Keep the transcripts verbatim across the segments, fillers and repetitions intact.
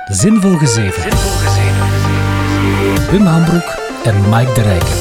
Zinvol Gezeven. Zinvol Gezeven. Wim Hambroek en Mike de Rijken.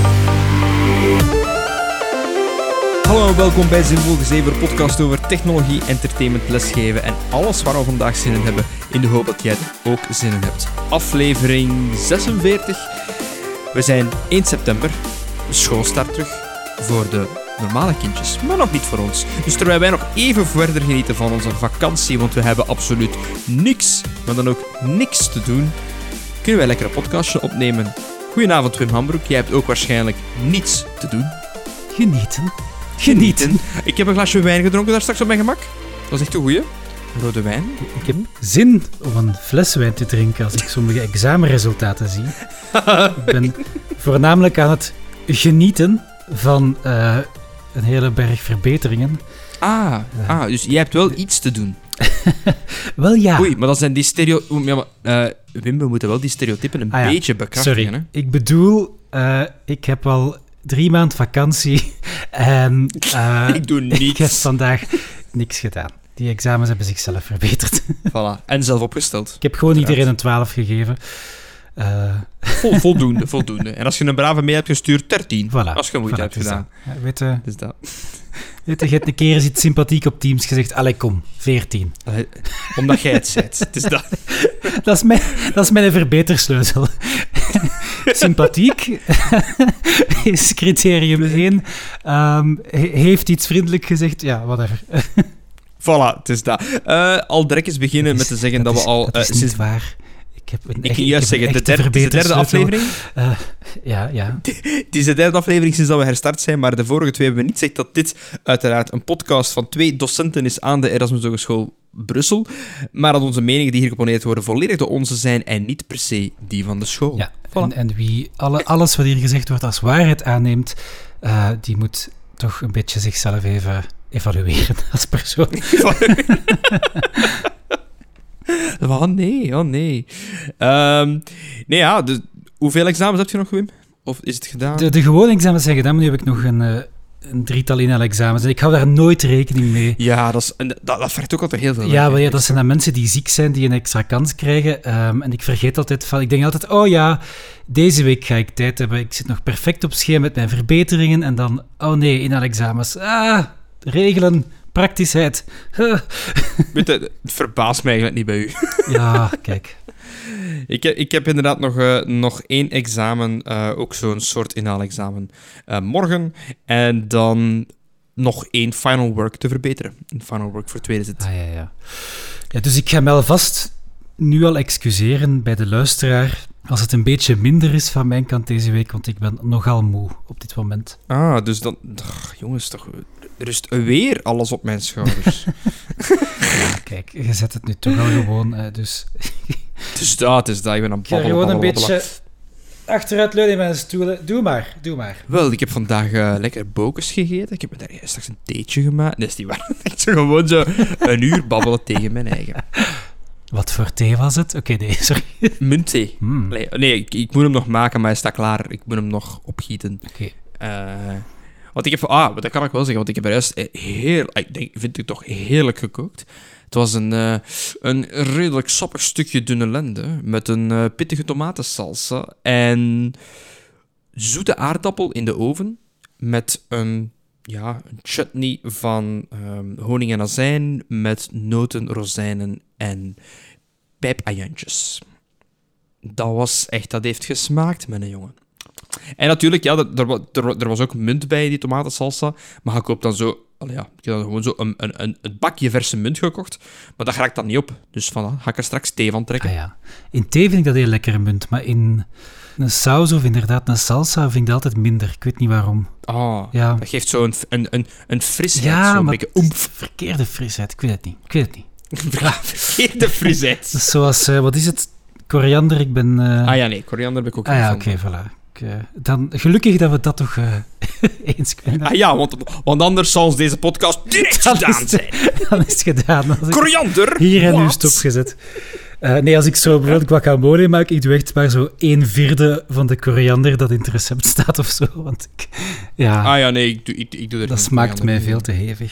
Hallo en welkom bij Zinvol Gezeven, een podcast over technologie, entertainment, lesgeven en alles waar we vandaag zin in hebben, in de hoop dat jij er ook zin in hebt. Aflevering zesenveertig. We zijn één september, de schoolstart terug voor de normale kindjes, maar nog niet voor ons. Dus terwijl wij nog even verder genieten van onze vakantie, want we hebben absoluut niks, maar dan ook niks te doen, kunnen wij lekker een podcastje opnemen. Goedenavond Wim Hambroek, jij hebt ook waarschijnlijk niets te doen. Genieten. Genieten. Ik heb een glasje wijn gedronken daar straks op mijn gemak. Dat was echt een goeie. Rode wijn. Ik heb zin om een fles wijn te drinken als ik sommige examenresultaten zie. Ik ben voornamelijk aan het genieten van uh, een hele berg verbeteringen. Ah, ah, dus jij hebt wel iets te doen. Wel ja. Oei, maar dat zijn die stereo... Ja, maar, uh, Wim, we moeten wel die stereotypen een ah, ja. beetje bekrachtigen. Sorry, hè? ik bedoel, uh, ik heb al drie maanden vakantie en uh, ik doe niets. Ik heb vandaag niks gedaan. Die examens hebben zichzelf verbeterd. Voilà, en zelf opgesteld. Ik heb gewoon Uiteraard. iedereen een twaalf gegeven. Uh... Vol, voldoende, voldoende. En als je een brave mail hebt gestuurd, dertien. Voilà, als je moeite voilà, hebt gedaan. Ja, weet je, Dus dat. weet je, je hebt een keer eens iets sympathiek op Teams gezegd. Allee, kom, veertien. Allee, omdat jij het zet. Het is dat. Dat is mijn, dat is mijn verbetersleutel. Sympathiek is criterium één. Um, he- heeft iets vriendelijk gezegd? Ja, whatever. Voilà, het is dat. Uh, al direct eens beginnen is, met te zeggen dat, dat we is, al... Dat is uh, niet sinds... waar. Ik heb een Ik echt, ging juist ik heb zeggen, de een derde, de derde aflevering. Uh, ja, ja. Het is de derde aflevering sinds dat we herstart zijn, maar de vorige twee hebben we niet gezegd dat dit uiteraard een podcast van twee docenten is aan de Erasmus Hogeschool Brussel, maar dat onze meningen die hier geponeerd worden volledig de onze zijn en niet per se die van de school. Ja, Voilà. en, en wie alle, alles wat hier gezegd wordt als waarheid aanneemt, uh, die moet toch een beetje zichzelf even evalueren als persoon. Oh nee, oh nee. Um, nee, ja, de, hoeveel examens heb je nog, Wim? Of is het gedaan? De, de gewone examens zijn gedaan, maar nu heb ik nog een, uh, een drietal inhaalexamens. En ik hou daar nooit rekening mee. Ja, dat, is, en dat, dat vergt ook altijd heel veel werk. Ja, wel, ja, dat zijn dan mensen die ziek zijn, die een extra kans krijgen. Um, en ik vergeet altijd van... Ik denk altijd, oh ja, deze week ga ik tijd hebben. Ik zit nog perfect op schema met mijn verbeteringen. En dan, oh nee, inhaalexamens. Ah, regelen... Praktischheid. Weet je, het verbaast mij eigenlijk niet bij u. Ja, kijk. Ik, ik heb inderdaad nog, uh, nog één examen, uh, ook zo'n soort inhaalexamen, uh, morgen. En dan nog één final work te verbeteren. Een final work voor tweede zit. Ah, ja, ja. Ja, dus ik ga me alvast nu al excuseren bij de luisteraar als het een beetje minder is van mijn kant deze week, want ik ben nogal moe op dit moment. Ah, dus dan... Ach, jongens, toch... Rust weer alles op mijn schouders. Ja, kijk, je zet het nu toch al gewoon, uh, dus... Het is dat, het is dat. Ik ben aan Ik ga babbelen, gewoon een babbelen, beetje achteruitleunen in mijn stoelen. Doe maar, doe maar. Wel, ik heb vandaag uh, lekker bokens gegeten. Ik heb me daar straks een theetje gemaakt. Nee, is niet waar. Ik zou gewoon zo een uur babbelen tegen mijn eigen. Wat voor thee was het? Oké, okay, nee, sorry. Muntthee. Hmm. Nee, nee ik, ik moet hem nog maken, maar hij staat klaar. Ik moet hem nog opgieten. Oké. Okay. Uh, want ik heb... Ah, dat kan ik wel zeggen, want ik heb er juist heel... Ik denk, vind ik toch heerlijk gekookt. Het was een, uh, een redelijk sappig stukje dunne lende met een uh, pittige tomatensalsa en zoete aardappel in de oven met een, ja, een chutney van um, honing en azijn met noten, rozijnen en pijpajuntjes. Dat was echt... Dat heeft gesmaakt, mijn jongen. En natuurlijk, ja, er, er, er was ook munt bij, die tomatensalsa. Maar je koopt dan zo... Allee, ja, ik heb dan gewoon zo een, een, een bakje verse munt gekocht. Maar dat raakt dan niet op. Dus voilà, ga ik er straks thee van trekken. Ah, ja. In thee vind ik dat heel lekkere munt, maar in een saus of inderdaad een salsa vind ik dat altijd minder. Ik weet niet waarom. Ah, ja. Dat geeft zo een, een, een, een frisheid. Ja, zo een maar beetje oemf. Verkeerde frisheid. Ik weet het niet. Ik weet het niet. Verkeerde frisheid. Zoals, uh, wat is het? Koriander, ik ben... Uh... Ah ja, nee, koriander heb ik ook ah, niet ja, van. oké, okay, voilà. Ik, uh, dan, gelukkig dat we dat toch uh, eens kunnen. Ah ja, want, want anders zal ons deze podcast direct dan gedaan is, zijn. Dan is het gedaan. Als Koriander? Hier en What? nu stopgezet. Uh, nee, als ik zo bijvoorbeeld guacamole maak, ik doe echt maar zo een vierde van de koriander dat in het recept staat of zo. Want ik, ja, Ah ja, nee, ik doe, ik, ik doe er dat geen smaakt koriander mij in. veel te hevig.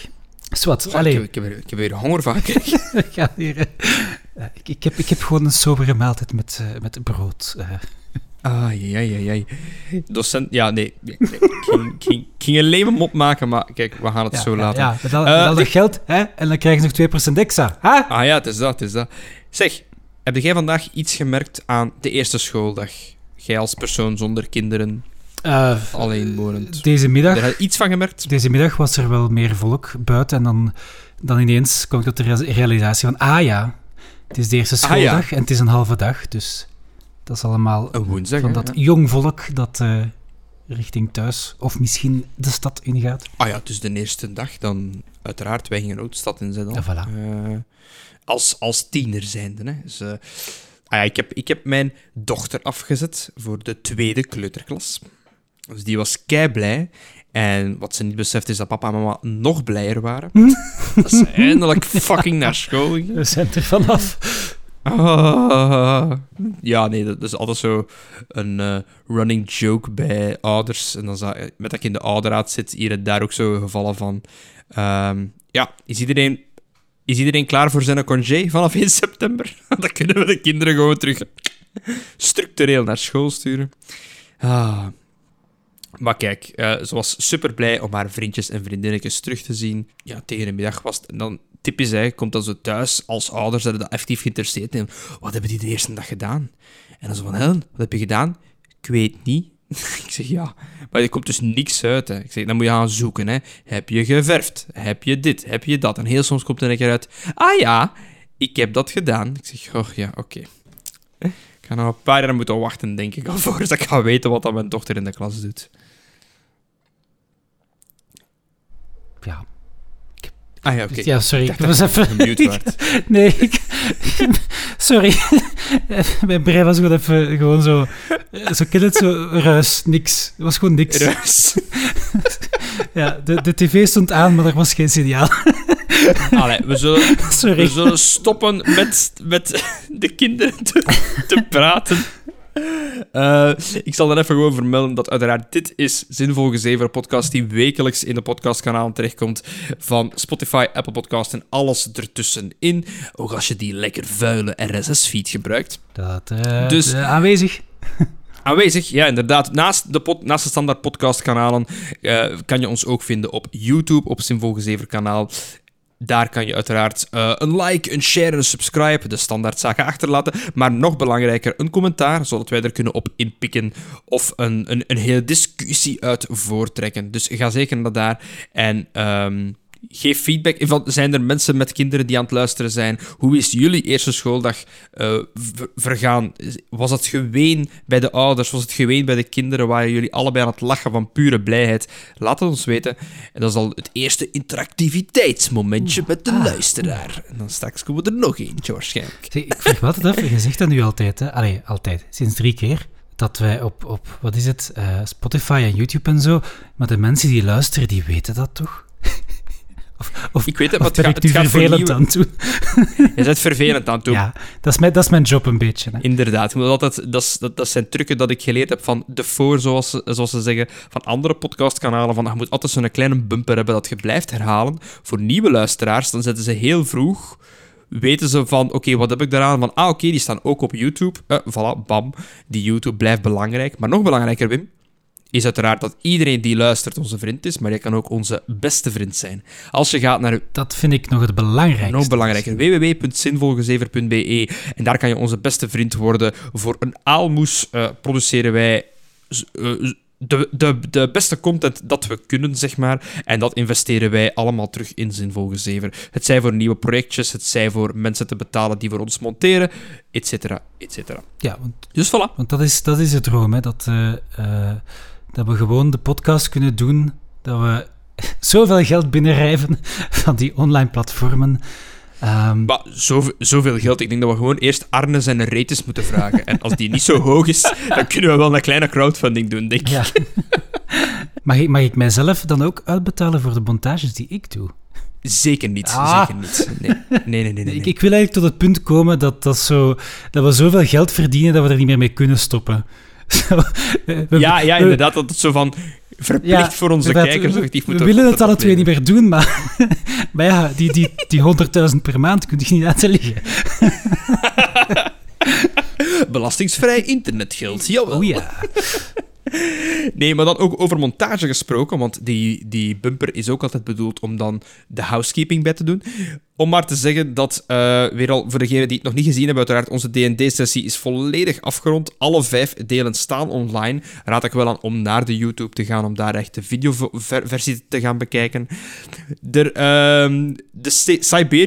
Zwat, Goh, allee. ik, heb, ik, heb er, ik heb weer honger van gekregen. Ja, hier, uh, ik, ik, heb, ik heb gewoon een sobere maaltijd met, uh, met brood. Uh. Ai, ai, ai, ai. Docent, ja, nee. nee, nee. Ik, ging, ik, ging, ik ging een leme mop maken, maar kijk, we gaan het Ja, zo ja, laten. ja, met al, Uh, met al dat ik- geld, hè, en dan krijg je nog twee procent extra. Huh? Ah ja, het is dat, het is dat. Zeg, heb jij vandaag iets gemerkt aan de eerste schooldag? Jij als persoon zonder kinderen, Uh, alleenwonend. deze middag... Heb je iets van gemerkt? Deze middag was er wel meer volk buiten en dan, dan ineens kwam ik tot de rea- realisatie van, ah ja, het is de eerste Ah, ja. schooldag en het is een halve dag, dus dat is allemaal Een woensdag, van hè? dat jong volk dat uh, richting thuis of misschien de stad ingaat. Ah ja, dus de eerste dag, dan uiteraard, wij gingen ook de stad in zetten. Ja, voilà. Uh, als, als tiener zijnde, hè. Dus, uh, ah ja, ik, heb, ik heb mijn dochter afgezet voor de tweede kleuterklas. Dus die was keiblij. En wat ze niet beseft is dat papa en mama nog blijer waren. Hm? Dat ze eindelijk fucking naar school gingen. We zijn er vanaf. Ah, ja, nee, dat is altijd zo een uh, running joke bij ouders. En dan za- met dat ik in de ouderraad zit, hier en daar ook zo gevallen van... Um, ja, is iedereen, is iedereen klaar voor zijn congé vanaf één september? Dan kunnen we de kinderen gewoon terug structureel naar school sturen. Ah... Maar kijk, uh, ze was super blij om haar vriendjes en vriendinnetjes terug te zien. Ja, tegen de middag was het... En dan, typisch, hè, komt dan zo thuis als ouders, dat dat effectief geïnteresseerd in. Wat hebben die de eerste dag gedaan? En dan zo van, Helen, wat heb je gedaan? Ik weet niet. Ik zeg, ja, maar er komt dus niks uit. Hè. Ik zeg, dan moet je gaan zoeken. Hè. Heb je geverfd? Heb je dit? Heb je dat? En heel soms komt er een keer uit, ah ja, ik heb dat gedaan. Ik zeg, oh ja, oké. Okay. Ik ga nog een paar jaar moeten wachten, denk ik, alvorens ik ga weten wat dat mijn dochter in de klas doet. Ja. Ah ja, oké. Okay. Ja, sorry. Ik Ik dacht was dat even... je mute waart. Nee, ik... Sorry. Mijn brein was gewoon even gewoon zo... Zo ken het, zo ruis, niks. Het was gewoon niks. Ruis. Ja, de, de tv stond aan, maar er was geen signaal. Allee, we zullen, Sorry. we zullen stoppen met, met de kinderen te, te praten. Uh, ik zal dan even gewoon vermelden dat uiteraard dit is Zinvol Gezeven, een podcast die wekelijks in de podcastkanaal terechtkomt van Spotify, Apple Podcasts en alles ertussenin. Ook als je die lekker vuile R S S-feed gebruikt. Dat, uh, Dus- uh, aanwezig. Aanwezig, ja, inderdaad. Naast de, pod, naast de standaard podcastkanalen uh, kan je ons ook vinden op YouTube, op Zinvol Gezeven kanaal. Daar kan je uiteraard uh, een like, een share en een subscribe, de standaard zaken achterlaten. Maar nog belangrijker, een commentaar, zodat wij er kunnen op inpikken of een, een, een hele discussie uit voortrekken. Dus ga zeker naar daar en... Um, geef feedback. Van, zijn er mensen met kinderen die aan het luisteren zijn? Hoe is jullie eerste schooldag uh, ver- vergaan? Was het geween bij de ouders? Was het geween bij de kinderen? Waren jullie allebei aan het lachen van pure blijheid? Laat het ons weten. En dat is al het eerste interactiviteitsmomentje met de ah, luisteraar. En dan straks komen we er nog eentje waarschijnlijk. Zeg, ik vraag me altijd af, je zegt dat nu altijd, hè? Allee, altijd, sinds drie keer, dat wij op, op wat is het, uh, Spotify en YouTube en zo, maar de mensen die luisteren, die weten dat toch? Of, of, Ik weet het, of maar het ben gaat, ik nu het gaat voor vervelend nieuwe... aan het doen? Je bent vervelend aan het doen. Ja, dat is, mijn, dat is mijn job een beetje. Hè. Inderdaad, je moet altijd, dat, is, dat, dat zijn trucken dat ik geleerd heb van de voor, zoals, ze- zoals ze zeggen, van andere podcastkanalen. Van, je moet altijd zo'n kleine bumper hebben dat je blijft herhalen. Voor nieuwe luisteraars, dan zetten ze heel vroeg, weten ze van, oké, okay, wat heb ik daaraan? Van, ah, oké, okay, die staan ook op YouTube. Uh, voilà, bam, die YouTube blijft belangrijk. Maar nog belangrijker, Wim, is uiteraard dat iedereen die luistert onze vriend is, maar je kan ook onze beste vriend zijn. Als je gaat naar... Dat vind ik nog het belangrijkste. Nog belangrijker, w w w punt zinvolgezever punt b e. En daar kan je onze beste vriend worden. Voor een aalmoes uh, produceren wij uh, de, de, de beste content dat we kunnen, zeg maar. En dat investeren wij allemaal terug in Zinvolgezever. Het zij voor nieuwe projectjes, het zij voor mensen te betalen die voor ons monteren, et cetera, et cetera. Ja, want, Dus voilà. want dat, is, dat is het droom, hè. Dat, uh, uh, dat we gewoon de podcast kunnen doen, dat we zoveel geld binnenrijven van die online platformen. Um, Maar zoveel, zoveel geld, ik denk dat we gewoon eerst Arne zijn rates moeten vragen. En als die niet zo hoog is, dan kunnen we wel een kleine crowdfunding doen, denk ik. ja. mag, ik mag ik mijzelf dan ook uitbetalen voor de montages die ik doe? Zeker niet, Ah. zeker niet. Nee, nee, nee. nee, nee, nee. Ik, ik wil eigenlijk tot het punt komen dat, dat, zo, dat we zoveel geld verdienen dat we er niet meer mee kunnen stoppen. Zo, we- we- Ja, ja, we- inderdaad, dat het zo van... verplicht voor onze inderdaad, kijkers. We, actief we moeten willen het moeten alle twee niet opleveren. meer doen, maar, maar ja, die, die, die honderdduizend per maand kun je niet laten liggen. Belastingsvrij internetgeld, jawel. Oh ja. Nee, maar dan ook over montage gesproken, want die, die bumper is ook altijd bedoeld om dan de housekeeping bij te doen. Om maar te zeggen dat, uh, weer al voor degenen die het nog niet gezien hebben, uiteraard, onze D en D-sessie is volledig afgerond. Alle vijf delen staan online. Raad ik wel aan om naar de YouTube te gaan, om daar echt de videoversie te gaan bekijken. De, uh, de C-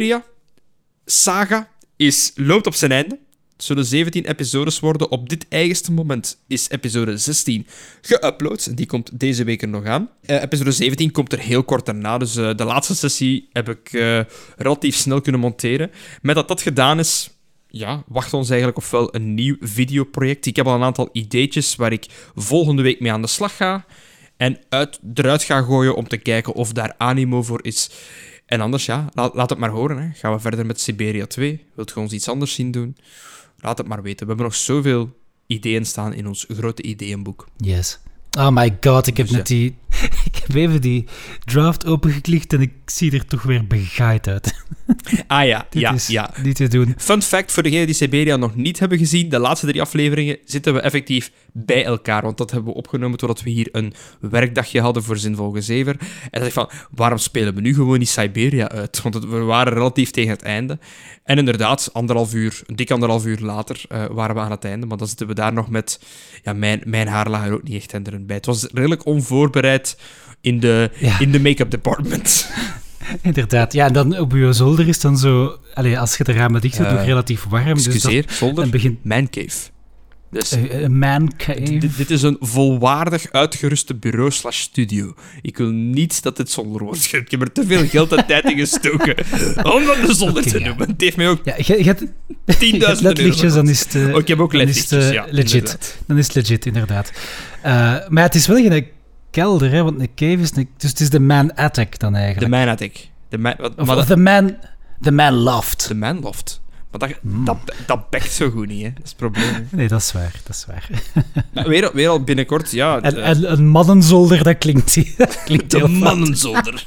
Siberia-saga is, loopt op zijn einde. Het zullen zeventien episodes worden. Op dit eigenste moment is episode zestien geüpload. Die komt deze week er nog aan. Uh, episode zeventien komt er heel kort daarna. Dus uh, de laatste sessie heb ik uh, relatief snel kunnen monteren. Met dat dat gedaan is, ja, wacht ons eigenlijk ofwel een nieuw videoproject. Ik heb al een aantal ideetjes waar ik volgende week mee aan de slag ga. En uit, eruit ga gooien om te kijken of daar animo voor is. En anders, ja, laat, laat het maar horen. Hè. Gaan we verder met Siberia twee? Wilt je ons iets anders zien doen? Laat het maar weten. We hebben nog zoveel ideeën staan in ons grote ideeënboek. Yes. Oh my god, ik heb Dus net die... Ik heb even die draft opengeklikt en ik zie er toch weer begaaid uit. Ah ja, Dit ja, is ja. niet te doen. Fun fact, voor degenen die Siberia nog niet hebben gezien, de laatste drie afleveringen zitten we effectief bij elkaar, want dat hebben we opgenomen totdat we hier een werkdagje hadden voor Zinvol Gezever. En dan dacht ik van, waarom spelen we nu gewoon niet Siberia uit? Want het, we waren relatief tegen het einde. En inderdaad, anderhalf uur, een dik anderhalf uur later uh, waren we aan het einde, maar dan zitten we daar nog met... Ja, mijn, mijn haar lag er ook niet echt tenderend bij. Het was redelijk onvoorbereid in de, Ja. in de make-up department. Inderdaad. Ja, en dan op je zolder is dan zo... Allee, als je de ramen dicht doet, Uh, nog relatief warm. Dus Excuseer, dat, zolder dan begint mijn cave. Dus... uh, een man cave. Dit, dit is een volwaardig uitgeruste bureau slash studio. Ik wil niet dat dit zonder wordt. Ik heb er te veel geld en tijd in gestoken om dat de zonder Oké, te ja. noemen. Het heeft mij ook Ja, je, je hebt tienduizend euro ledlichtjes, dan is het... uh, Oh, ik heb ook dan is het, ledlichtjes, uh, ja. legit. inderdaad. Dan is het legit, inderdaad. Uh, maar het is wel geen kelder, hè, want een cave is... Een, dus het is de man attic dan De eigenlijk. man had ik. De man, wat, Of, maar of dat, de man... De man loft. de man loft. Maar dat, Mm. dat, dat bekt zo goed niet, hè. Dat is het probleem. hè. Nee, dat is waar, dat is waar. Maar weer, al- weer al binnenkort, ja... En, de- en een mannenzolder, dat klinkt, dat klinkt de heel fout. mannenzolder.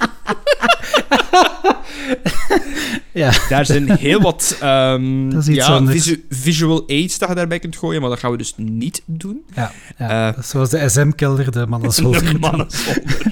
Ja. Daar zijn heel wat um, Dat is iets ja, anders. visu- visual aids dat je daarbij kunt gooien, maar dat gaan we dus niet doen. Ja, ja. Eh, Dat is zoals de S M-kelder, de mannenzolder. De mannenzolder.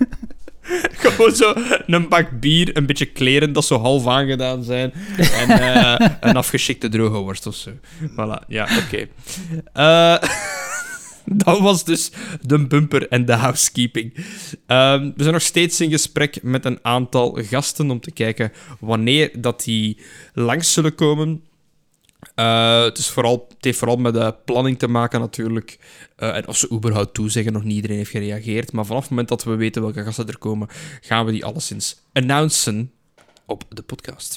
Gewoon zo een bak bier, een beetje kleren dat zo half aangedaan zijn en uh, een afgeschikte droge worst of zo. Voilà, ja, oké. Okay. Uh, dat was dus de bumper en de housekeeping. Um, we zijn nog steeds in gesprek met een aantal gasten om te kijken wanneer dat die langs zullen komen. Uh, het, is vooral, het heeft vooral met de planning te maken natuurlijk. Uh, en of ze überhaupt toezeggen, nog niet iedereen heeft gereageerd. Maar vanaf het moment dat we weten welke gasten er komen, gaan we die alleszins announcen op de podcast.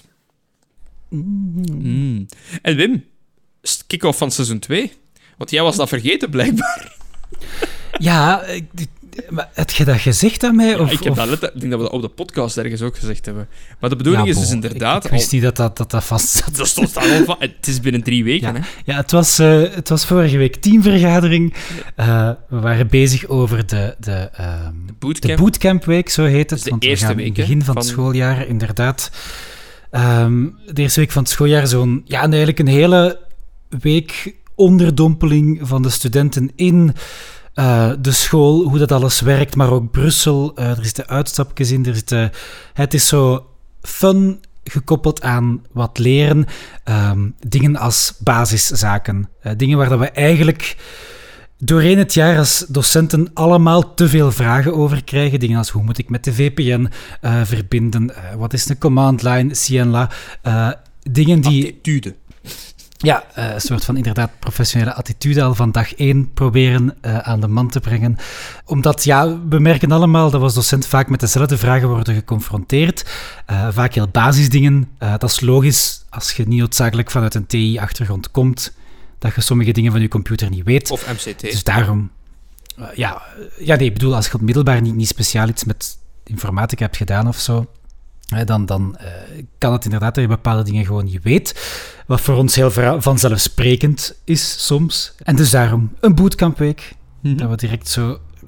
Mm. Mm. En Wim, kick-off van seizoen twee. Want jij was dat vergeten, blijkbaar. Ja, ik- ik- maar heb je dat gezegd aan mij? Ja, Of, ik, heb of- dat letter- ik denk dat we dat op de podcast ergens ook gezegd hebben. Maar de bedoeling Ja, is dus bon, inderdaad... Ik, ik wist al, niet dat dat, dat, dat vast zat. dat stond daar al van. Het is binnen drie weken, Ja. hè. Ja, het was, eh, het was vorige week teamvergadering. Uh, we waren bezig over de, de, ehm, de Bootcamp. bootcampweek, zo heet het. Dat is de want we eerste gaan week, in het hè, begin van het van- schooljaar, inderdaad. Ehm, de eerste week van het schooljaar, zo'n... Ja, en eigenlijk een hele week onderdompeling van de studenten in... Uh, de school, hoe dat alles werkt, maar ook Brussel. Uh, er zitten uitstapjes in. Er zitten, het is zo fun gekoppeld aan wat leren. Um, dingen als basiszaken. Uh, dingen waar dat we eigenlijk doorheen het jaar als docenten allemaal te veel vragen over krijgen. Dingen als hoe moet ik met de V P N uh, verbinden? Uh, wat is een command line? Cienla. Uh, dingen die... Attitude. Ja, uh, een soort van inderdaad professionele attitude al van dag één proberen uh, aan de man te brengen. Omdat, ja, we merken allemaal dat we als docent vaak met dezelfde vragen worden geconfronteerd. Uh, vaak heel basisdingen. Uh, dat is logisch als je niet noodzakelijk vanuit een T I-achtergrond komt, dat je sommige dingen van je computer niet weet. Of M C T. Dus daarom... Uh, ja, ja, nee, ik bedoel, als je op middelbaar niet, niet speciaal iets met informatica hebt gedaan of zo, Hè, dan, dan uh, kan het inderdaad dat je bepaalde dingen gewoon niet weet. Wat voor ons heel vra- vanzelfsprekend is soms. En dus daarom een bootcampweek. Mm-hmm. Dat we direct zo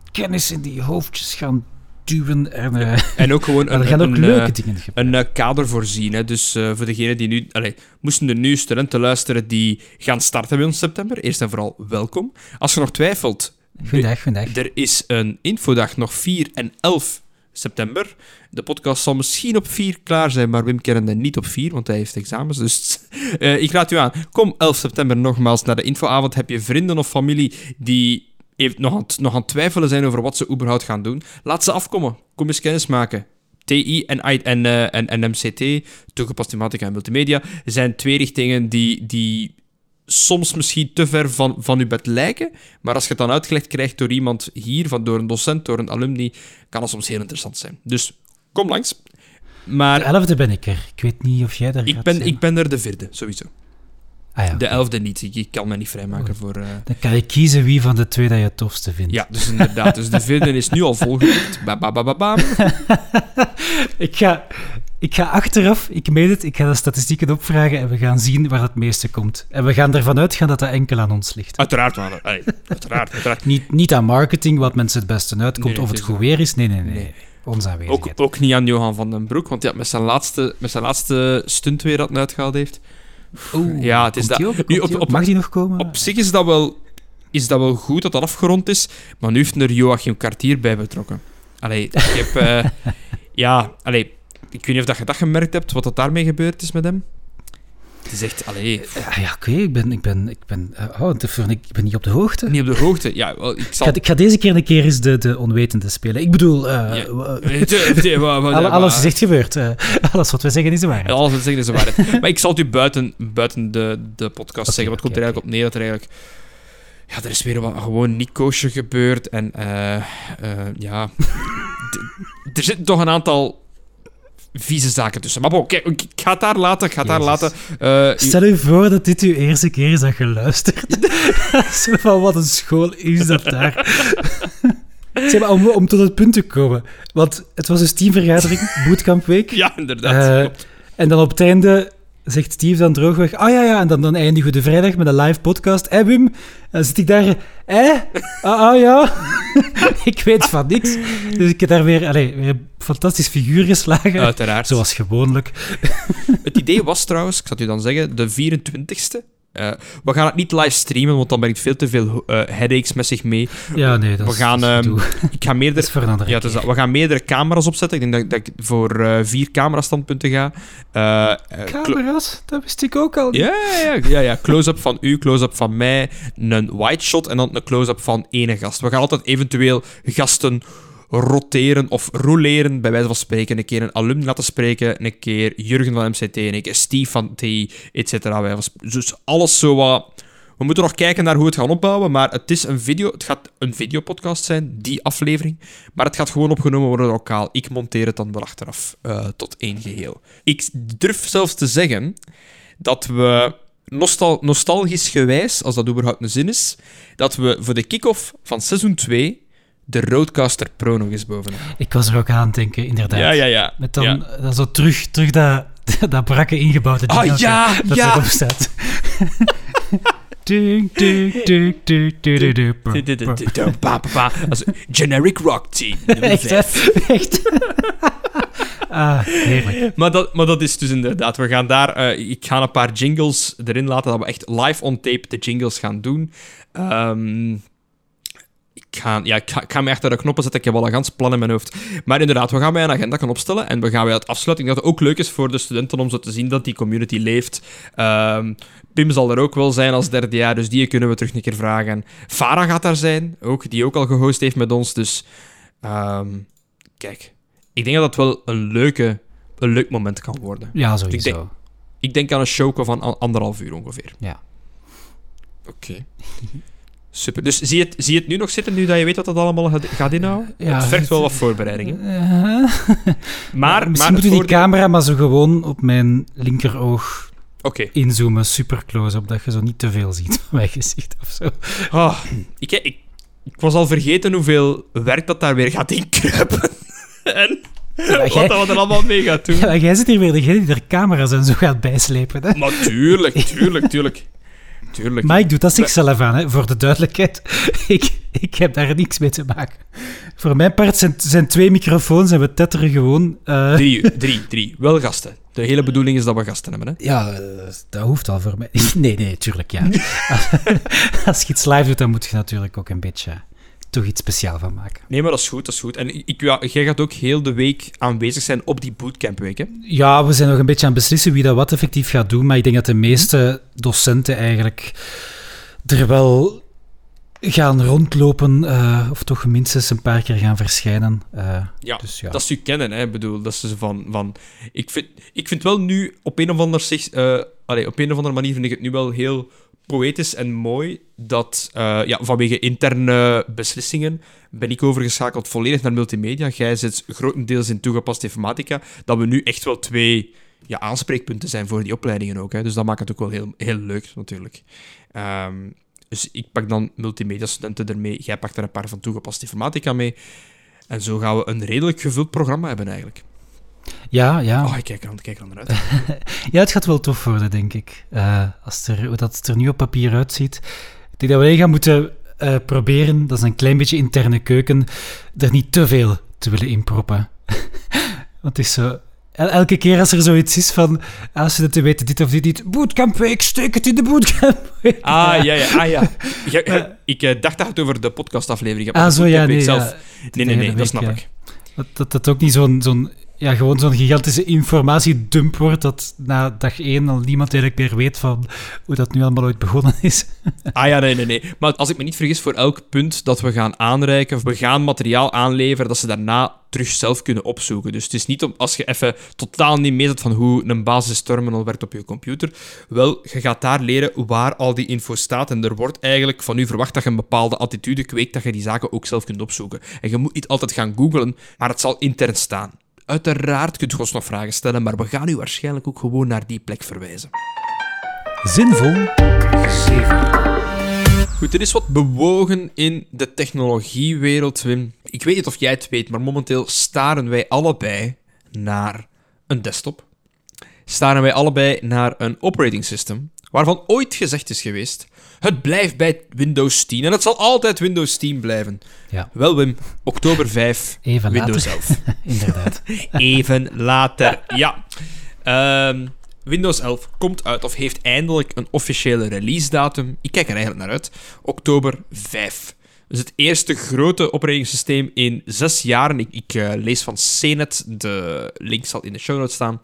kennis in die hoofdjes gaan duwen. En, uh, En ook gewoon een, er gaan ook een, leuke uh, dingen gebeuren. een uh, kader voorzien. Hè. Dus uh, voor degenen die nu... Allee, moesten er nu studenten luisteren die gaan starten bij ons september, eerst en vooral welkom. Als je nog twijfelt... Goedendag, goedendag. Er is een infodag nog vier en elf september. De podcast zal misschien op vier klaar zijn, maar Wim kende niet op vier, want hij heeft examens. Dus uh, ik raad u aan. Kom elf september nogmaals naar de infoavond. Heb je vrienden of familie die even nog aan, het, nog aan het twijfelen zijn over wat ze überhaupt gaan doen? Laat ze afkomen. Kom eens kennis maken. T I en, en, uh, en, en M C T, toegepaste informatica en multimedia, zijn twee richtingen die... die soms misschien te ver van, van je bed lijken, maar als je het dan uitgelegd krijgt door iemand hier, van, door een docent, door een alumni, kan het soms heel interessant zijn. Dus kom langs. Maar de elfde ben ik er. Ik weet niet of jij daar ik gaat ben, zijn. ik ben er de vierde, sowieso. Ah, ja, de okay. elfde niet. Ik, ik kan me niet vrijmaken voor... Uh... Dan kan je kiezen wie van de twee dat je het tofste vindt. Ja, dus inderdaad. Dus de vierde is nu al volgeboekt. Ba, ba, ba, ba, ba. ik ga... Ik ga achteraf, ik meen het, ik ga de statistieken opvragen en we gaan zien waar het meeste komt. En we gaan ervan uitgaan dat dat enkel aan ons ligt. Uiteraard, man. Allee, uiteraard, uiteraard. Niet, niet aan marketing, wat mensen het beste uitkomt, Nee, nee, of het het goed is weer is. Nee, nee, nee. Nee. Onze aanwezigheid. Ook, ook niet aan Johan van den Broek, want ja, met zijn laatste, met zijn laatste stunt weer dat hij uitgehaald heeft. Oeh, ja, het is komt die dat. ook? Nu, Komt op, die ook? op, Mag die nog komen? Op zich is dat wel, is dat wel goed dat dat afgerond is, maar nu heeft er Joachim Cartier bij betrokken. Allee, ik heb... Uh, ja, allee, ik weet niet of dat je dat gemerkt hebt, wat er daarmee gebeurd is met hem. Het is echt, allee... Ja, ja oké, okay. ik ben... Ik ben, ik ben uh, oh, ik ben niet op de hoogte. Niet op de hoogte, ja. Wel, ik, zal... ik, ga, ik ga deze keer een keer eens de, de onwetende spelen. Ik bedoel... Uh, ja. uh, Alle, alles is echt gebeurd. Uh, alles wat we zeggen is de waarheid. Alles wat we zeggen is de waarheid. Maar ik zal het u buiten, buiten de, de podcast okay, zeggen. Wat komt okay, er eigenlijk okay. op neer? Dat er eigenlijk... Ja, er is weer wat gewoon niet kosher gebeurd. En uh, uh, ja... d- er zitten toch een aantal... vieze zaken tussen. Maar bon, kijk, ik ga het daar laten. Ik ga het daar laten. Uh, Stel u voor dat dit uw eerste keer is dat je luistert. Zo van, wat een school is dat daar. Zeg maar, om, om tot het punt te komen. Want het was dus teamvergadering, bootcampweek. Ja, inderdaad. Uh, en dan op het einde zegt Steve dan droogweg... Ah ja, ja, en dan, dan eindigen we de vrijdag met een live podcast. Hé, Wim? En dan zit ik daar... Hé? Ah, ah ja? Ik weet van niks. Dus ik heb daar weer, allez, weer een fantastisch figuur geslagen. Uiteraard. Zoals gewoonlijk. Het idee was trouwens, ik zal het u dan zeggen, de vierentwintigste. Uh, we gaan het niet live streamen, want dan brengt veel te veel uh, headaches met zich mee. Ja, nee, dat we is, gaan, dat is um, ik ga meerdere, dat is voor een andere ja, dus dat, we gaan meerdere camera's opzetten. Ik denk dat, dat ik voor uh, vier camera-standpunten ga. Uh, uh, camera's? Dat wist ik ook al. Ja, ja, ja, ja. Close-up van u, close-up van mij, een wide shot en dan een close-up van ene gast. We gaan altijd eventueel gasten roteren of roleren, bij wijze van spreken. Een keer een alumni laten spreken, een keer Jurgen van M C T, een keer Steve van T I, et cetera. Dus alles zo wat... We moeten nog kijken naar hoe we het gaan opbouwen, maar het is een video... Het gaat een videopodcast zijn, die aflevering. Maar het gaat gewoon opgenomen worden lokaal. Ik monteer het dan wel achteraf uh, tot één geheel. Ik durf zelfs te zeggen dat we... Nostal- nostalgisch gewijs, als dat überhaupt een zin is, dat we voor de kick-off van seizoen twee de Rodecaster Pro nog eens bovenaan. Ik was er ook aan het denken, inderdaad. Ja, ja, ja. Met dan, ja. dan zo terug, terug dat, dat brakke ingebouwde ding. Ah, ja, dat ja. erop staat. Ding, ding, ding, ding, ding, ding. Generic Rock Team. Echt, echt. Ah, heerlijk. Maar dat, maar dat is dus inderdaad... We gaan daar... Uh, ik ga een paar jingles erin laten, dat we echt live on tape de jingles gaan doen. Um, ik, ga, ja, ik, ga, ik ga me achter de knoppen zetten. Ik heb al een gans plan in mijn hoofd. Maar inderdaad, we gaan bij een agenda gaan opstellen en we gaan bij het afsluiten. Ik denk dat het ook leuk is voor de studenten om zo te zien dat die community leeft. Um, Pim zal er ook wel zijn als derde jaar, dus die kunnen we terug een keer vragen. Farah gaat daar zijn, ook, die ook al gehost heeft met ons. Dus um, kijk... Ik denk dat dat wel een, leuke, een leuk moment kan worden. Ja, sowieso. Ik denk, ik denk aan een show van anderhalf uur ongeveer. Ja. Oké. Okay. Super. Dus zie je, het, zie je het nu nog zitten, nu dat je weet wat dat allemaal gaat inhouden? Ja, het vergt het, wel wat voorbereidingen. Uh, maar, ja, misschien maar moet u die de... camera maar zo gewoon op mijn linkeroog okay. inzoomen, super close-up, dat je zo niet te veel ziet van mijn gezicht of zo. Oh, ik, ik, ik was al vergeten hoeveel werk dat daar weer gaat inkruipen. En ja, wat jij, dat we er allemaal mee gaat doen. Ja, jij zit hier weer degene die er camera's en zo gaat bijslepen. Hè? Maar tuurlijk, tuurlijk, tuurlijk. tuurlijk. Maar ik doe dat zichzelf aan, hè, voor de duidelijkheid. Ik, ik heb daar niks mee te maken. Voor mijn part zijn, zijn twee microfoons en we tetteren gewoon... Uh... Drie, drie, drie. Wel gasten. De hele bedoeling is dat we gasten hebben, hè? Ja, uh, dat hoeft al voor mij. Nee, nee, tuurlijk, ja. Als je iets live doet, dan moet je natuurlijk ook een beetje... toch iets speciaals van maken. Nee, maar dat is goed, dat is goed. En ik, ja, jij gaat ook heel de week aanwezig zijn op die bootcampweek, hè? Ja, we zijn nog een beetje aan het beslissen wie dat wat effectief gaat doen, maar ik denk dat de meeste docenten eigenlijk er wel gaan rondlopen, uh, of toch minstens een paar keer gaan verschijnen. Uh, ja, dus ja, dat is u kennen, hè? Ik bedoel, dat is dus van... van ik, vind, ik vind wel nu, op een of andere, zich, uh, allez, op een of andere manier vind ik het nu wel heel... poëtisch en mooi dat uh, ja, vanwege interne beslissingen ben ik overgeschakeld volledig naar multimedia. Jij zit grotendeels in toegepaste informatica. Dat we nu echt wel twee ja, aanspreekpunten zijn voor die opleidingen ook. Hè. Dus dat maakt het ook wel heel, heel leuk, natuurlijk. Um, dus ik pak dan multimedia-studenten ermee. Jij pakt er een paar van toegepaste informatica mee. En zo gaan we een redelijk gevuld programma hebben, eigenlijk. Ja, ja. Oh, ik kijk er, ik kijk er naar uit. Ja, het gaat wel tof worden, denk ik. Uh, als er, hoe dat het er nu op papier uitziet. Ik denk dat we gaan moeten uh, proberen, dat is een klein beetje interne keuken, er niet te veel te willen inproppen. Want het is zo... El- elke keer als er zoiets is van, als we te weten dit of dit niet, bootcampweek, steek het in de bootcampweek. Ah, ja, ja, ah, ja. ja, ja ik uh, dacht dat het over de podcastaflevering Ah, zo, ja, nee, zelf. ja. Nee, nee, nee, week, dat snap ja. ik. Dat, dat dat ook niet zo'n... zo'n Ja, gewoon zo'n gigantische informatiedump wordt dat na dag één al niemand eigenlijk meer weet van hoe dat nu allemaal ooit begonnen is. Ah ja, nee, nee, nee. Maar als ik me niet vergis, voor elk punt dat we gaan aanreiken, we gaan materiaal aanleveren dat ze daarna terug zelf kunnen opzoeken. Dus het is niet om, als je even totaal niet mee zit van hoe een basisterminal werkt op je computer, wel, je gaat daar leren waar al die info staat en er wordt eigenlijk van u verwacht dat je een bepaalde attitude kweekt, dat je die zaken ook zelf kunt opzoeken. En je moet niet altijd gaan googlen, maar het zal intern staan. Uiteraard kunt je ons nog vragen stellen, maar we gaan u waarschijnlijk ook gewoon naar die plek verwijzen. Zinvol. zeven. Goed, er is wat bewogen in de technologiewereld, Wim. Ik weet niet of jij het weet, maar momenteel staren wij allebei naar een desktop. Staren wij allebei naar een operating system, waarvan ooit gezegd is geweest, het blijft bij Windows tien en het zal altijd Windows tien blijven. Ja. Wel, Wim, oktober vijf, Even Windows later. elf. Inderdaad. Even later, ja. Um, Windows elf komt uit, of heeft eindelijk een officiële release datum. Ik kijk er eigenlijk naar uit. oktober vijf. Dus het eerste grote operating systeem in zes jaren. Ik, ik uh, lees van C net. De link zal in de show notes staan.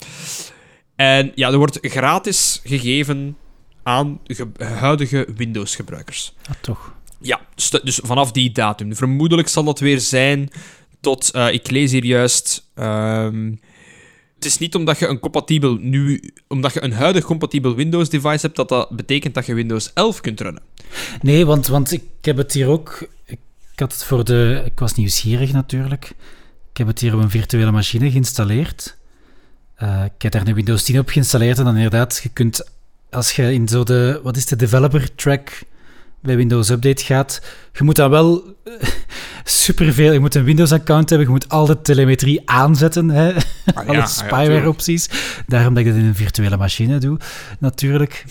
En ja, er wordt gratis gegeven aan ge- huidige Windows-gebruikers. Ah, toch. Ja, dus, dus vanaf die datum. Vermoedelijk zal dat weer zijn tot... Uh, ik lees hier juist... Um, het is niet omdat je een compatibel nu, omdat je een huidig compatibel Windows-device hebt, dat dat betekent dat je Windows elf kunt runnen. Nee, want, want ik heb het hier ook... Ik had het voor de... Ik was nieuwsgierig natuurlijk. Ik heb het hier op een virtuele machine geïnstalleerd. Uh, ik heb daar een Windows tien op geïnstalleerd en dan inderdaad, je kunt... Als je in zo de... Wat is de developer track bij Windows Update gaat, je moet dan wel uh, superveel... Je moet een Windows-account hebben, je moet al de telemetrie aanzetten, hè. Ah, ja, Alle ja, spyware-opties. Daarom dat ik dat in een virtuele machine doe, natuurlijk.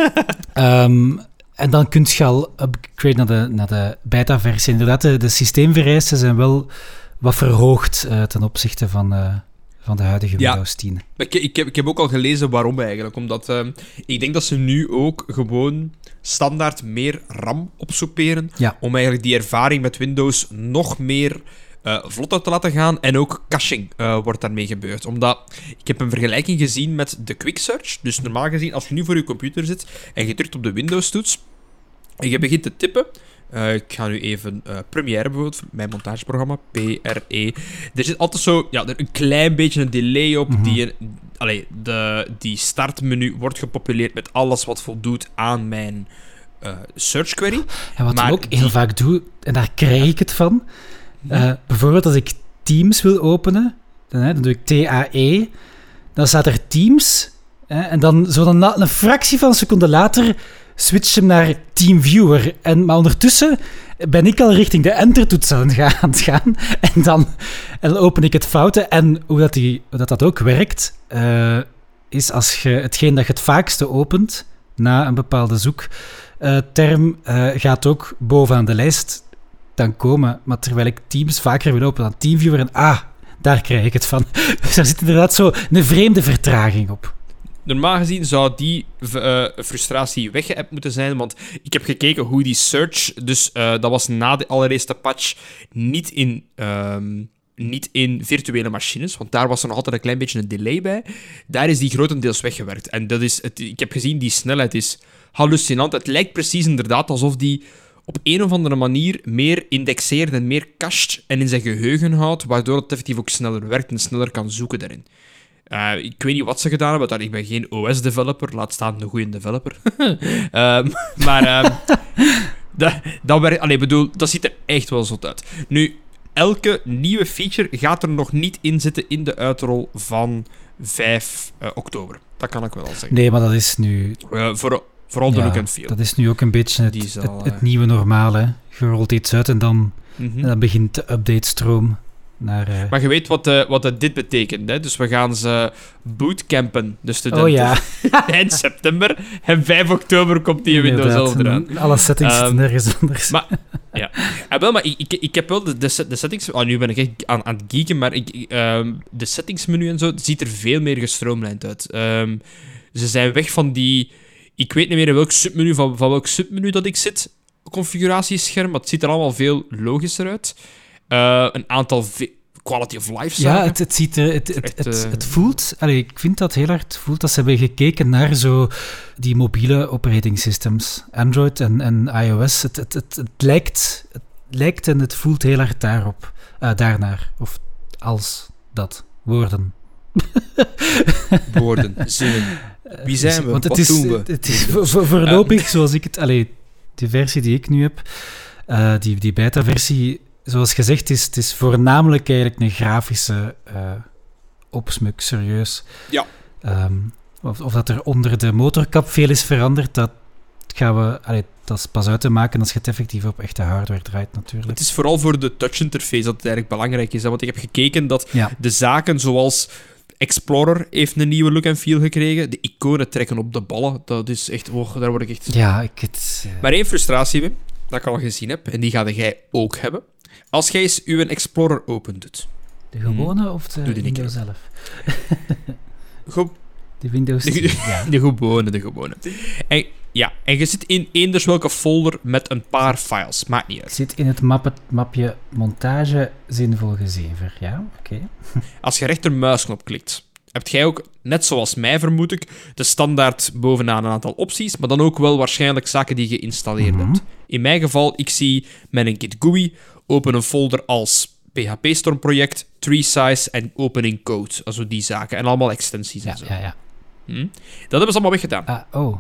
um, en dan kun je al upgrade naar de, naar de beta-versie. Inderdaad, de, de systeemvereisten zijn wel wat verhoogd uh, ten opzichte van... Uh, van de huidige Ja. Windows tien. Ik, ik, heb, ik heb ook al gelezen waarom eigenlijk. Omdat uh, ik denk dat ze nu ook gewoon standaard meer RAM opsoeperen. Ja. Om eigenlijk die ervaring met Windows nog meer uh, vlotter te laten gaan. En ook caching uh, wordt daarmee gebeurd. Omdat ik heb een vergelijking gezien met de Quick Search. Dus normaal gezien, als je nu voor je computer zit en je drukt op de Windows-toets en je begint te tippen. Uh, ik ga nu even uh, Premiere bijvoorbeeld, mijn montageprogramma, P R E. Er zit altijd zo ja, er een klein beetje een delay op. Mm-hmm. Die, allee, de, die startmenu wordt gepopuleerd met alles wat voldoet aan mijn uh, search query. En wat Maar ik ook die- heel vaak doe, en daar krijg ik het van, uh, bijvoorbeeld als ik Teams wil openen, dan, hè, dan doe ik T A E, dan staat er Teams, hè, en dan zo dan na- een fractie van een seconde later switch hem naar TeamViewer. En, maar ondertussen ben ik al richting de enter-toets aan het gaan. aan het gaan. En, dan, en dan open ik het fouten. En hoe dat, die, hoe dat, dat ook werkt, uh, is als je hetgeen dat je het vaakste opent, na een bepaalde zoekterm, uh, gaat ook bovenaan de lijst dan komen. Maar terwijl ik Teams vaker wil openen dan TeamViewer en ah, daar krijg ik het van. Dus daar zit inderdaad zo een vreemde vertraging op. Normaal gezien zou die uh, frustratie weggeëpt moeten zijn, want ik heb gekeken hoe die search, dus uh, dat was na de allereerste patch, niet in, um, niet in virtuele machines, want daar was er nog altijd een klein beetje een delay bij. Daar is die grotendeels weggewerkt. En dat is het, ik heb gezien, die snelheid is hallucinant. Het lijkt precies inderdaad alsof die op een of andere manier meer indexeert en meer cached en in zijn geheugen houdt, waardoor het effectief ook sneller werkt en sneller kan zoeken daarin. Uh, ik weet niet wat ze gedaan hebben, want ik ben geen O S-developer, laat staan een goede developer. um, maar um, dat, dat, werkt, allee, bedoel, dat ziet er echt wel zot uit. Nu, elke nieuwe feature gaat er nog niet in zitten in de uitrol van vijf oktober. Dat kan ik wel al zeggen. Nee, maar dat is nu... Uh, voor, vooral de ja, look and feel. Dat is nu ook een beetje het, zal, het, het nieuwe normale. Je rolt iets uit en dan, mm-hmm. en dan begint de update-stroom. Naar, uh... Maar je weet wat, uh, wat uh, dit betekent, hè? Dus we gaan ze bootcampen, de studenten. Oh ja. Eind september. En vijf oktober komt die in Windows elf eraan. Alle settings um, zitten nergens anders. Maar, ja. Ah, wel, maar ik, ik, ik heb wel de, de, de settings... Oh, nu ben ik echt aan, aan het geeken, maar ik, um, de settingsmenu en zo ziet er veel meer gestroomlijnd uit. Um, ze zijn weg van die... Ik weet niet meer in welk submenu, van, van welk submenu dat ik zit, configuratiescherm, maar het ziet er allemaal veel logischer uit. Uh, een aantal ve- quality of life zaken. Ja, het, het ziet er... Het, het, Echt, het, uh... het voelt... Allee, ik vind dat heel hard voelt dat ze hebben gekeken naar zo die mobiele operating systems. Android en, en iOS. Het, het, het, het, lijkt, het lijkt en het voelt heel hard daarop. Uh, daarnaar. Of als dat. Woorden. Woorden, zinnen. Wie zijn we? Want het Wat is, doen we? Het is voor, voor, voorlopig, uh, zoals ik het... Allee, die versie die ik nu heb, uh, die, die beta-versie... Zoals gezegd is, het is voornamelijk eigenlijk een grafische uh, opsmuk, serieus. Ja. Um, of, of dat er onder de motorkap veel is veranderd, dat gaan we... Allee, dat is pas uit te maken als je het effectief op echte hardware draait, natuurlijk. Het is vooral voor de touch-interface dat het eigenlijk belangrijk is. Hè? Want ik heb gekeken dat ja. de zaken zoals... Explorer heeft een nieuwe look en feel gekregen. De iconen trekken op de ballen. Dat is echt... Oh, daar word ik echt... Ja, ik het... Uh... Maar één frustratie, Wim, dat ik al gezien heb, en die ga jij ook hebben. Als jij eens uw Explorer open doet. De gewone hmm. of de Doe die Windows zelf? Go- de Windows de, de, ja. de gewone, de gewone. En, ja, en je zit in eenders welke folder met een paar files. Maakt niet uit. Ik zit in het map- mapje montage zinvol gezever, ja? Oké. Okay. Als je rechtermuisknop klikt, heb jij ook, net zoals mij vermoed ik, de standaard bovenaan een aantal opties, maar dan ook wel waarschijnlijk zaken die je geïnstalleerd mm-hmm. hebt. In mijn geval, ik zie met een Git G U I, open een folder als P H P Storm project, tree size en opening code. Also die zaken. En allemaal extensies ja, en zo. Ja, ja. Hm? Dat hebben ze allemaal weggedaan. Ah, oh.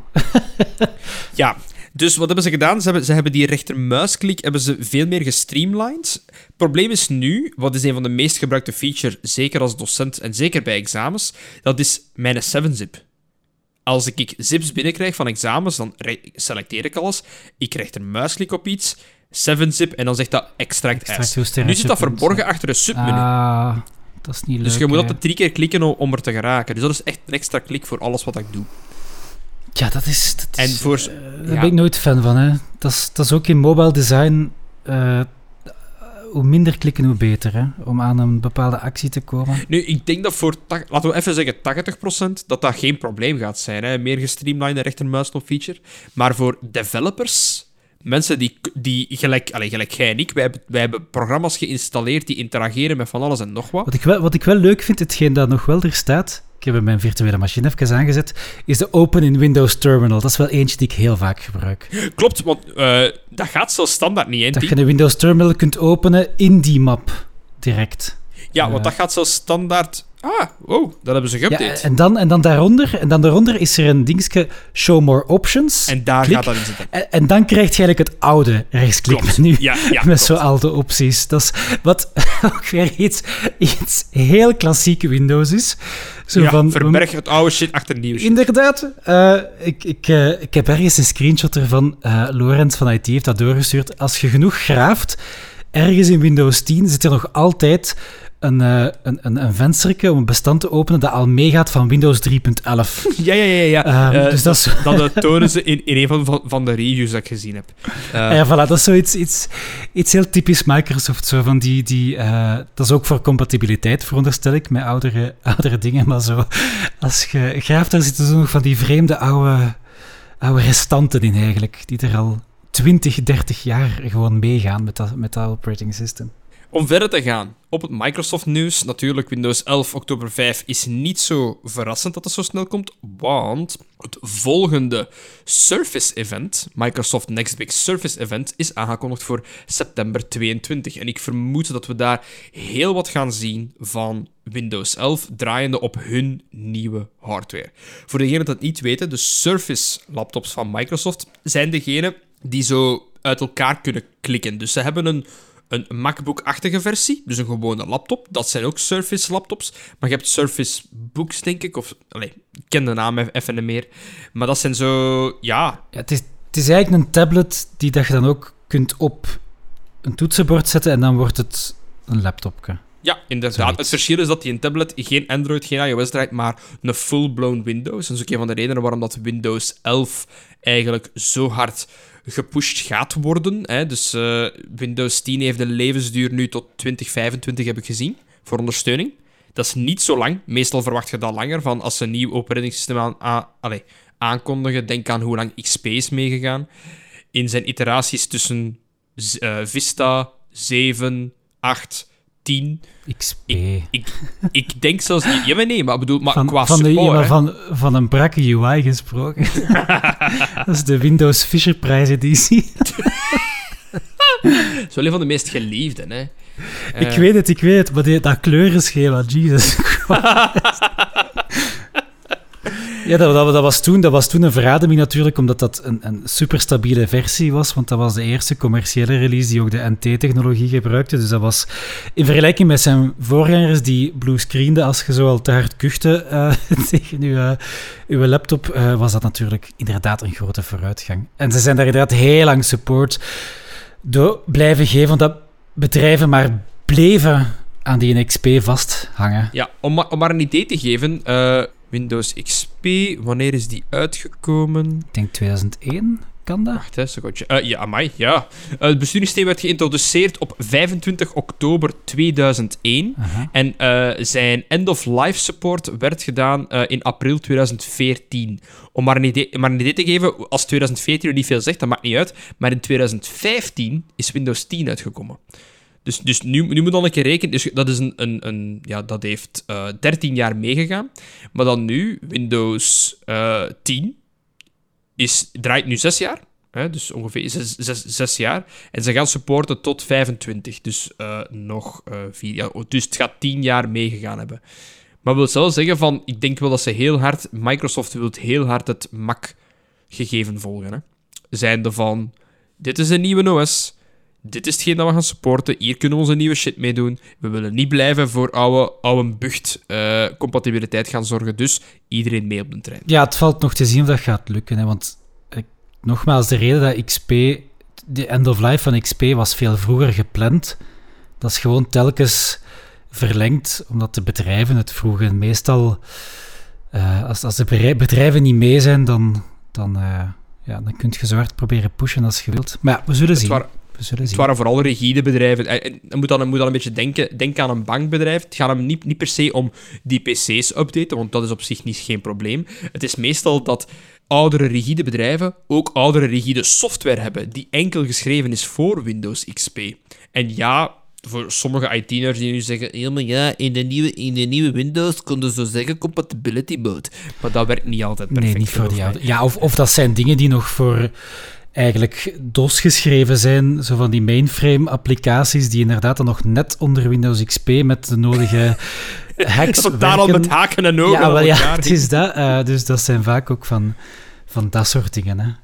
Ja, dus wat hebben ze gedaan? Ze hebben, ze hebben die rechtermuisklik hebben ze veel meer gestreamlined. Het probleem is nu, wat is een van de meest gebruikte features, zeker als docent en zeker bij examens, dat is mijn seven zip. Als ik zips binnenkrijg van examens, dan re- selecteer ik alles. Ik rechtermuisklik op iets, seven zip, en dan zegt dat extract as. Nu zit dat verborgen achter een submenu. Ah, dat is niet leuk. Dus je moet hè. altijd drie keer klikken om, om er te geraken. Dus dat is echt een extra klik voor alles wat ik doe. Ja, dat is... Dat is en voor, uh, ja. Daar ben ik nooit fan van, hè. Dat is, dat is ook in mobile design... Uh, hoe minder klikken, hoe beter, hè. Om aan een bepaalde actie te komen. Nu, ik denk dat voor... Laten we even zeggen tachtig procent, dat dat geen probleem gaat zijn, hè. Meer gestreamlined rechtermuisknop feature. Maar voor developers... Mensen die, die gelijk, allez, gelijk jij en ik, wij hebben, wij hebben programma's geïnstalleerd die interageren met van alles en nog wat. Wat ik wel, wat ik wel leuk vind, hetgeen dat nog wel er staat, ik heb mijn virtuele machine even aangezet, is de Open in Windows Terminal. Dat is wel eentje die ik heel vaak gebruik. Klopt, want uh, dat gaat zo standaard niet, hè? Dat je een Windows Terminal kunt openen in die map, direct. Ja, uh, want dat gaat zo standaard... Ah, wow, dat hebben ze geüpdate. Ja, en, dan, en, dan daaronder, en dan daaronder is er een dingetje Show More Options. En daar Klik, gaat dat in zitten. En, en dan krijg je eigenlijk het oude rechtsklikmenu. Ja, ja, met zo oude opties. Dat is wat ook weer iets, iets heel klassiek Windows is. Zo ja, van, verberg het oude shit achter nieuwe shit. Inderdaad. Uh, ik, ik, uh, ik heb ergens een screenshot ervan. Uh, Lorenz van I T heeft dat doorgestuurd. Als je genoeg graaft, ergens in Windows tien zit er nog altijd... een, uh, een, een, een vensterke om een bestand te openen dat al meegaat van Windows drie punt elf. Ja, ja, ja. ja. Um, uh, dus dat is... dat uh, tonen ze in, in een van, van, van de reviews dat ik gezien heb. Uh, ja, voilà, dat is zoiets iets, iets heel typisch Microsoft. Zo van die, die, uh, dat is ook voor compatibiliteit, veronderstel ik, met oudere, oudere dingen. Maar zo, als je graaft, daar zitten zo nog van die vreemde oude, oude restanten in eigenlijk, die er al twintig, dertig jaar gewoon meegaan met dat, met dat operating system. Om verder te gaan op het Microsoft-nieuws, natuurlijk Windows elf oktober vijf is niet zo verrassend dat het zo snel komt, want het volgende Surface-event, Microsoft Next Big Surface-event, is aangekondigd voor september tweeëntwintig. En ik vermoed dat we daar heel wat gaan zien van Windows elf, draaiende op hun nieuwe hardware. Voor degenen die het niet weten, de Surface-laptops van Microsoft zijn degene die zo uit elkaar kunnen klikken. Dus ze hebben een Een MacBook-achtige versie, dus een gewone laptop. Dat zijn ook Surface-laptops. Maar je hebt Surface Books, denk ik. Of, allez, ik ken de naam even niet meer. Maar dat zijn zo, ja... ja het, is, het is eigenlijk een tablet die dat je dan ook kunt op een toetsenbord zetten en dan wordt het een laptopje. Ja, inderdaad. Zoiets. Het verschil is dat die een tablet geen Android, geen iOS draait, maar een full-blown Windows. Dat is ook een van de redenen waarom dat Windows elf eigenlijk zo hard gepusht gaat worden. Hè. Dus uh, Windows tien heeft de levensduur nu tot twintig vijfentwintig, heb ik gezien, voor ondersteuning. Dat is niet zo lang. Meestal verwacht je dat langer. Van als ze een nieuw operating systeem aan, aan, allez, aankondigen, denk aan hoe lang X P is meegegaan. In zijn iteraties tussen uh, Vista, zeven, acht, tien... X P. Ik, ik, ik denk zelfs... Ja, maar nee, maar, bedoel, maar van, qua van support... De, ja, hè. van, van een brakke U I gesproken. Dat is de Windows Fisher-Prize-editie. Dat is wel een van de meest geliefden, hè. Ik Uh, weet het, ik weet het, maar die, dat kleurenschema, Jesus. Ja, dat, dat, dat, was toen, dat was toen een verademing natuurlijk, omdat dat een, een superstabiele versie was, want dat was de eerste commerciële release die ook de N T-technologie gebruikte. Dus dat was, in vergelijking met zijn voorgangers die bluescreenden als je zo al te hard kuchte uh, tegen uw, uh, uw laptop, uh, was dat natuurlijk inderdaad een grote vooruitgang. En ze zijn daar inderdaad heel lang support door blijven geven, want dat bedrijven maar bleven aan die X P vasthangen. Ja, om, ma- om maar een idee te geven... Uh, Windows X P, wanneer is die uitgekomen? Ik denk tweeduizend één, kan dat? Wacht, hè, secondje. Uh, ja, amai, ja. Uh, het besturingssysteem werd geïntroduceerd op vijfentwintig oktober tweeduizend één. Uh-huh. En uh, zijn end-of-life support werd gedaan uh, in april tweeduizend veertien. Om maar een, idee, maar een idee te geven, als tweeduizend veertien er niet veel zegt, dat maakt niet uit. Maar in tweeduizend vijftien is Windows tien uitgekomen. Dus, dus nu, nu moet dan een keer rekenen. Dus dat, is een, een, een, ja, dat heeft uh, dertien jaar meegegaan. Maar dan nu, Windows uh, tien is, draait nu zes jaar. Hè, dus ongeveer zes, zes, zes jaar. En ze gaan supporten tot vijfentwintig. Dus uh, nog uh, vier jaar. Dus het gaat tien jaar meegegaan hebben. Maar ik wil zelf zeggen van... Ik denk wel dat ze heel hard... Microsoft wil heel hard het Mac-gegeven volgen. Hè. Zijnde van... Dit is een nieuwe O S... Dit is hetgeen dat we gaan supporten. Hier kunnen we onze nieuwe shit mee doen. We willen niet blijven voor oude, oude bucht uh, compatibiliteit gaan zorgen. Dus iedereen mee op de trein. Ja, het valt nog te zien of dat gaat lukken. Hè, want eh, nogmaals, de reden dat X P... De end-of-life van X P was veel vroeger gepland. Dat is gewoon telkens verlengd, omdat de bedrijven het vroegen. Meestal, uh, als, als de bedrijven niet mee zijn, dan, dan, uh, ja, dan kun je zo hard proberen pushen als je wilt. Maar ja, we zullen Het zien. waren, we zullen het zien. waren vooral rigide bedrijven. En je moet dan, moet dan een beetje denken, denken aan een bankbedrijf. Het gaat hem niet, niet per se om die P C's updaten, want dat is op zich niet, geen probleem. Het is meestal dat oudere rigide bedrijven ook oudere rigide software hebben, die enkel geschreven is voor Windows X P. En ja... Voor sommige I T-nerds die nu zeggen... Ja, maar ja, in de nieuwe, in de nieuwe Windows konden ze zo zeggen compatibility mode. Maar dat werkt niet altijd perfect. Nee, niet voor die mij. oude. Ja, of, of dat zijn dingen die nog voor eigenlijk DOS geschreven zijn. Zo van die mainframe-applicaties die inderdaad dan nog net onder Windows X P met de nodige hacks Dat daar al met haken en ogen Ja, wel, ja, elkaar. het is dat. Uh, dus dat zijn vaak ook van, van dat soort dingen, hè.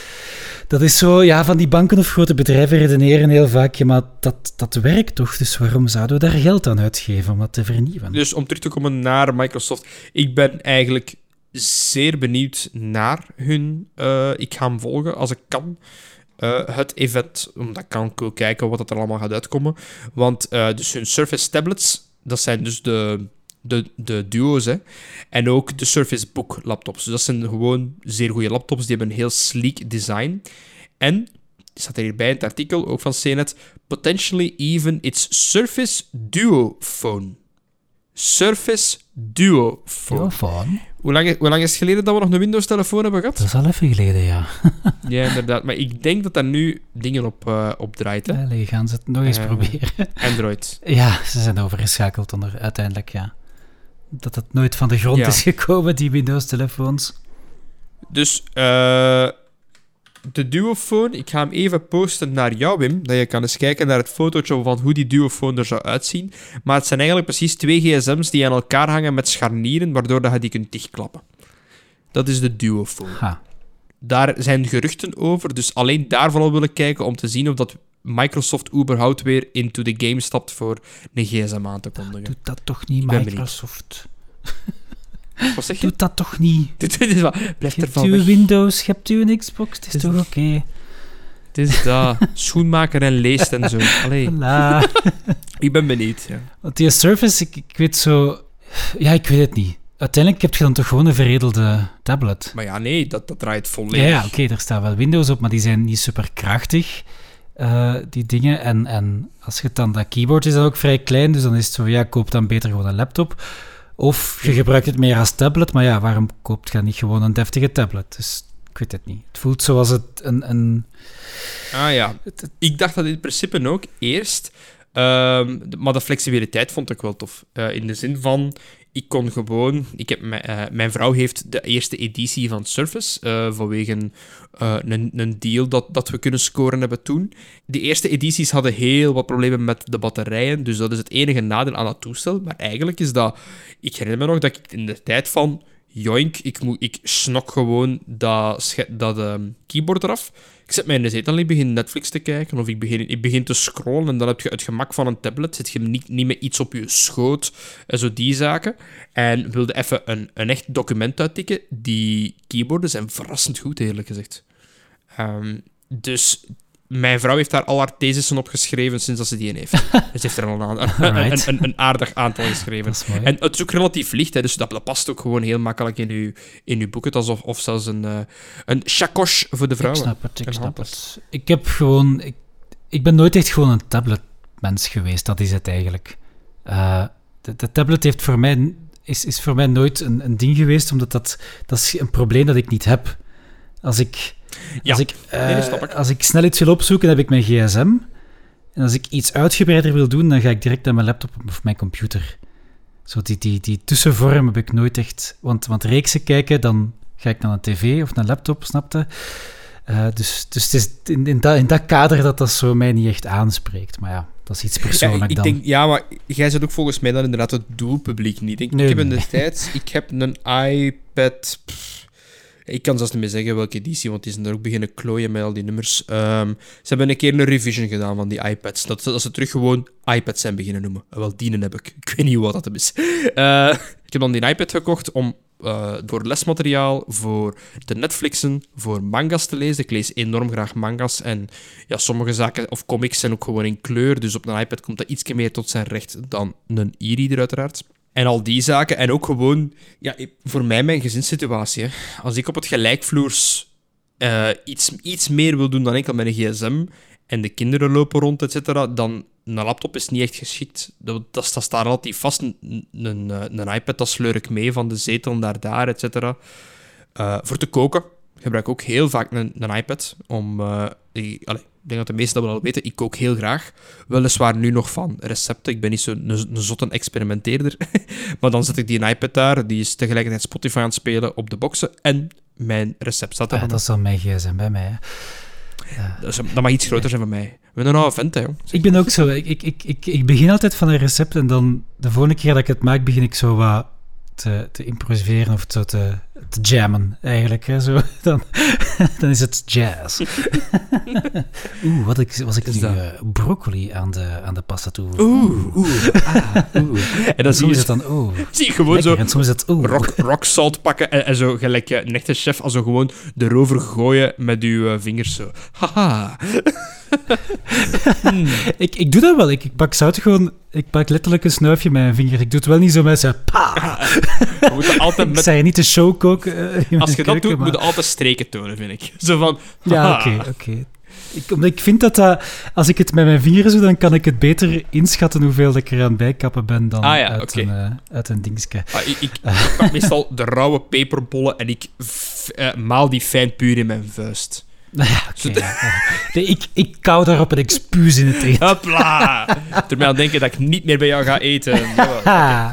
Dat is zo, ja, van die banken of grote bedrijven redeneren heel vaak, ja, maar dat, dat werkt toch, dus waarom zouden we daar geld aan uitgeven om dat te vernieuwen? Dus om terug te komen naar Microsoft, ik ben eigenlijk zeer benieuwd naar hun... Uh, ik ga hem volgen als ik kan. Uh, het event, omdat ik kan ook kijken wat er allemaal gaat uitkomen. Want uh, dus hun Surface tablets dat zijn dus de, de, de Duo's, hè. En ook de Surface Book laptops. Dus dat zijn gewoon zeer goede laptops. Die hebben een heel sleek design. En, staat er hierbij in het artikel, ook van C net, potentially even its Surface Duo Phone. Surface Duo Phone. Telefoon? Hoe lang, hoe lang is het geleden dat we nog een Windows-telefoon hebben gehad? Dat is al even geleden, ja. Ja, inderdaad. Maar ik denk dat daar nu dingen op, uh, op draait, hè. Allee, gaan ze het nog eens Eh, proberen. Android. Ja, ze zijn overgeschakeld onder, uiteindelijk, ja. Dat het nooit van de grond Ja. is gekomen, die Windows-telefoons. Dus uh, de Duophone, ik ga hem even posten naar jou, Wim, dat je kan eens kijken naar het fotootje van hoe die Duophone er zou uitzien. Maar het zijn eigenlijk precies twee gsm's die aan elkaar hangen met scharnieren, waardoor dat je die kunt dichtklappen. Dat is de Duophone. Ha. Daar zijn geruchten over, dus alleen daarvan al willen kijken om te zien of dat Microsoft überhaupt weer into the game stapt voor een gsm aan te kondigen. Doet dat toch niet, Ik ben Microsoft? Wat zeg je? Doet dat toch niet? Dit is wat. Blijf Je hebt ervan uw weg. Windows, je hebt uw Xbox, het is Het is- toch oké? Het is dat. Schoenmaker en leest en zo. Allee, Voilà. ik ben benieuwd. Ja. Want die Surface, ik, ik weet zo... Ja, ik weet het niet. Uiteindelijk heb je dan toch gewoon een veredelde tablet. Maar ja, nee, dat, dat draait Ja, volledig. ja oké, daar staat wel Windows op, maar die zijn niet super krachtig, eh, die dingen. En, en als je het dan... Dat keyboard is dan ook vrij klein, dus dan is het zo, ja, koop dan beter gewoon een laptop. Of je gebruikt het meer als tablet, maar ja, waarom koopt je niet gewoon een deftige tablet? Dus ik weet het niet. Het voelt zoals het een... een Ah ja, het- het- ik dacht dat in principe ook eerst. ehm, de- maar de flexibiliteit vond ik wel tof. Eh, in de zin van, ik kon gewoon... Ik heb, mijn- eh, mijn vrouw heeft de eerste editie van Surface, eh, vanwege eh, een, een deal dat, dat we kunnen scoren hebben toen. De eerste edities hadden heel wat problemen met de batterijen, dus dat is het enige nadeel aan dat toestel. Maar eigenlijk is dat... Ik herinner me nog dat ik in de tijd van... Joink, ik, moet, ik snok gewoon dat, sche- dat ehm, keyboard eraf. Ik zet mij in de zetel en ik begin Netflix te kijken, of ik begin, ik begin te scrollen en dan heb je het gemak van een tablet, zit je niet, niet met iets op je schoot, en zo die zaken. En wilde even een, een echt document uittikken. Die keyboarden zijn verrassend goed, eerlijk gezegd. Ehm, dus mijn vrouw heeft daar al haar thesissen op geschreven sinds dat ze die een heeft. Dus ze heeft er al een, een, Alright. een, een, een aardig aantal geschreven. Dat is mooi. En het is ook relatief licht, hè, dus dat, dat past ook gewoon heel makkelijk in uw, in uw boeken, alsof of zelfs een, uh, een chacoche voor de Ik vrouwen. snap het, ik Een snap handtas. het. Ik heb gewoon... Ik, ik ben nooit echt gewoon een tabletmens geweest, dat is het eigenlijk. Eh, de, de tablet heeft voor mij, is, is voor mij nooit een, een ding geweest, omdat dat, dat is een probleem dat ik niet heb. Als ik... Ja, Als ik, eh, nee, dat snap ik. als ik snel iets wil opzoeken, heb ik mijn gsm. En als ik iets uitgebreider wil doen, dan ga ik direct naar mijn laptop of mijn computer. Zo die, die, die tussenvorm heb ik nooit echt... Want, want reeksen kijken, dan ga ik naar een tv of naar een laptop, snapte? Uh, dus dus het is in, in, dat, in dat kader dat dat zo mij niet echt aanspreekt. Maar ja, dat is iets Ja, persoonlijk ik, ik dan. denk, ja, maar jij zit ook volgens mij dan inderdaad het doelpubliek niet. Ik, Nee, ik heb in nee. de tijd... Ik heb een iPad... pff, ik kan zelfs niet meer zeggen welke editie, want die zijn er ook beginnen klooien met al die nummers. Ehm, ze hebben een keer een revision gedaan van die iPads. Dat, dat ze terug gewoon iPads zijn beginnen noemen. Wel, dienen heb ik. Ik weet niet wat dat is. Eh, ik heb dan die iPad gekocht om uh, voor lesmateriaal, voor te Netflixen, voor manga's te lezen. Ik lees enorm graag manga's. En ja, sommige zaken of comics zijn ook gewoon in kleur. Dus op een iPad komt dat iets meer tot zijn recht dan een e-reader uiteraard. En al die zaken. En ook gewoon, ja, voor mij mijn gezinssituatie. Hè. Als ik op het gelijkvloers uh, iets, iets meer wil doen dan enkel met een gsm en de kinderen lopen rond, et cetera, dan een laptop is niet echt geschikt. Dat, dat, dat staat relatief vast. Een, een, een iPad, dat sleur ik mee van de zetel naar daar, et cetera. Uh, voor te koken gebruik ik ook heel vaak een, een iPad. Om, uh, ik, allez, ik denk dat de meesten dat wel weten. Ik kook heel graag. Weliswaar nu nog van recepten. Ik ben niet zo'n een, een zotte experimenteerder. Maar dan zet ik die iPad daar. Die is tegelijkertijd Spotify aan het spelen op de boxen. En mijn recept staat er. Ah, dat is dan mijn gsm bij mij. Hè. Ja. Dat, is, dat mag iets groter zijn van mij. Ik ben een oude vent, hè. Jong. Ik ben ook zo. Ik, ik, ik, ik, ik begin altijd van een recept en dan de volgende keer dat ik het maak, begin ik zo wat te, te improviseren of zo te, te jammen, eigenlijk. Hè, zo. Dan, dan is het jazz. Oeh, wat ik, was ik nu uh, broccoli aan de, aan de pasta toe. Oeh, oeh, ah, oeh. En dan zie je is het dan, oh, zie je gewoon lekker. zo En soms is het, oeh. rock, rock salt pakken en, en zo gelijk een echte chef, als zo gewoon erover gooien met uw uh, vingers zo. Haha. hmm. ik, ik doe dat wel. Ik, ik pak zout gewoon Ik maak letterlijk een snuifje met mijn vinger. Ik doe het wel niet zo met zo... Pa! We moeten altijd Ik met... zei niet de show koken. Uh, Als je dat keuken, doet, maar... moet je altijd streken tonen, vind ik. Zo van... Ja, oké, oké. Okay. Ik, omdat ik vind dat, dat als ik het met mijn vingeren doe, dan kan ik het beter inschatten hoeveel ik er aan bijkappen ben dan ah, ja, uit, okay. een, uh, uit een dingetje. Ah, ik, ik, ik pak meestal de rauwe peperbollen en ik f, uh, maal die fijn puur in mijn vuist. Nou ja, oké. Okay, ja, ja. Nee, ik, ik kauw daarop en ik spuus in het eten. Hopla! Terwijl aan denken dat ik niet meer bij jou ga eten. Oké.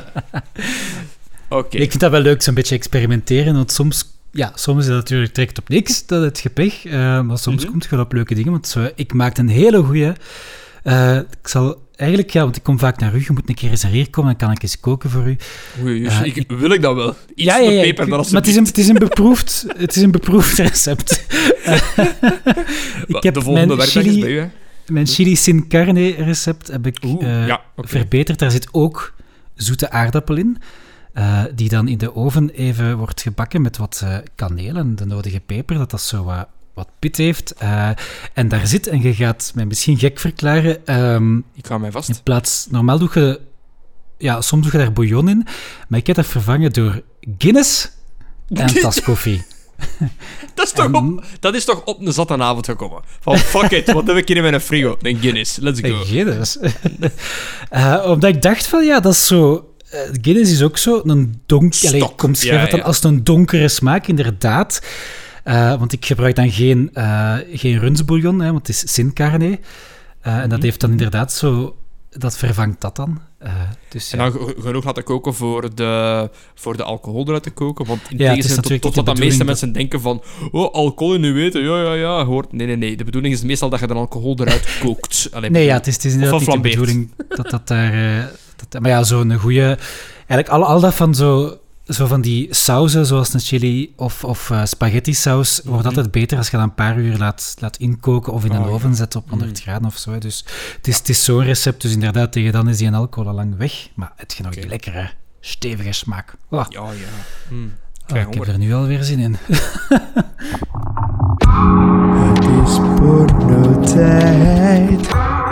Okay. Ik vind dat wel leuk, zo'n beetje experimenteren, want soms... Ja, soms is dat natuurlijk direct op niks, dat het gepech. Uh, maar soms mm-hmm. komt het wel op leuke dingen. Want zo, ik maakte een hele goeie. Uh, ik zal eigenlijk, ja, want ik kom vaak naar u. Je moet een keer eens naar hier komen, dan kan ik eens koken voor u. Oei, uh, ik, wil ik dat wel? Iets ja, ja, ja, peper, ik, dan als maar het is, een, het, is een beproefd, het is een beproefd recept. Uh, ik heb de volgende werkdag is bij u, hè? Mijn chili sin carne recept heb ik Oeh, uh, ja, okay. verbeterd. Daar zit ook zoete aardappel in. Uh, die dan in de oven even wordt gebakken met wat uh, kaneel en de nodige peper, dat dat zo wat, wat pit heeft. Uh, en daar zit, en je gaat mij misschien gek verklaren... Um, ik hou mij vast. In plaats... Normaal doe je... Ja, soms doe je daar bouillon in, maar ik heb dat vervangen door Guinness en taskoffie. dat, is toch en, op, dat is toch op een zatte avond gekomen? Van, fuck it, wat heb ik hier in mijn frigo? Een Guinness, let's go. Guinness. uh, omdat ik dacht van, ja, dat is zo... Uh, Guinness is ook zo een donker... Allee, ik kom schrijven ja, ja. als een donkere smaak, inderdaad. Uh, want ik gebruik dan geen, uh, geen runsbouillon, hè, want het is sin carne. Uh, mm-hmm. En dat heeft dan inderdaad zo... Dat vervangt dat dan. Uh, dus, en ja. dan genoeg laten koken voor de, voor de alcohol eruit te koken. Want in ja, tegenstelling tot, tot wat de, de meeste dat... mensen denken van... Oh, alcohol in uw eten, ja, ja, ja. Hoort. Nee, nee, nee. De bedoeling is meestal dat je de alcohol eruit kookt. Allee, nee, ja, het is, het is inderdaad niet de bedoeling dat dat daar... Uh, dat, maar ja, zo'n goede... Eigenlijk al, al dat van zo... Zo van die sauzen, zoals een chili of, of uh, spaghetti-saus, wordt mm-hmm. altijd beter als je dat een paar uur laat, laat inkoken of in een oh, oven ja. zet op honderd mm. graden of zo. Dus het is, het is zo'n recept, dus inderdaad, tegen dan is die alcohol al lang weg. Maar het is nog okay. die lekkere, stevige smaak. Oh. Ja, ja. Mm. Oh, ik heb er nu alweer zin in. Het is porno-tijd.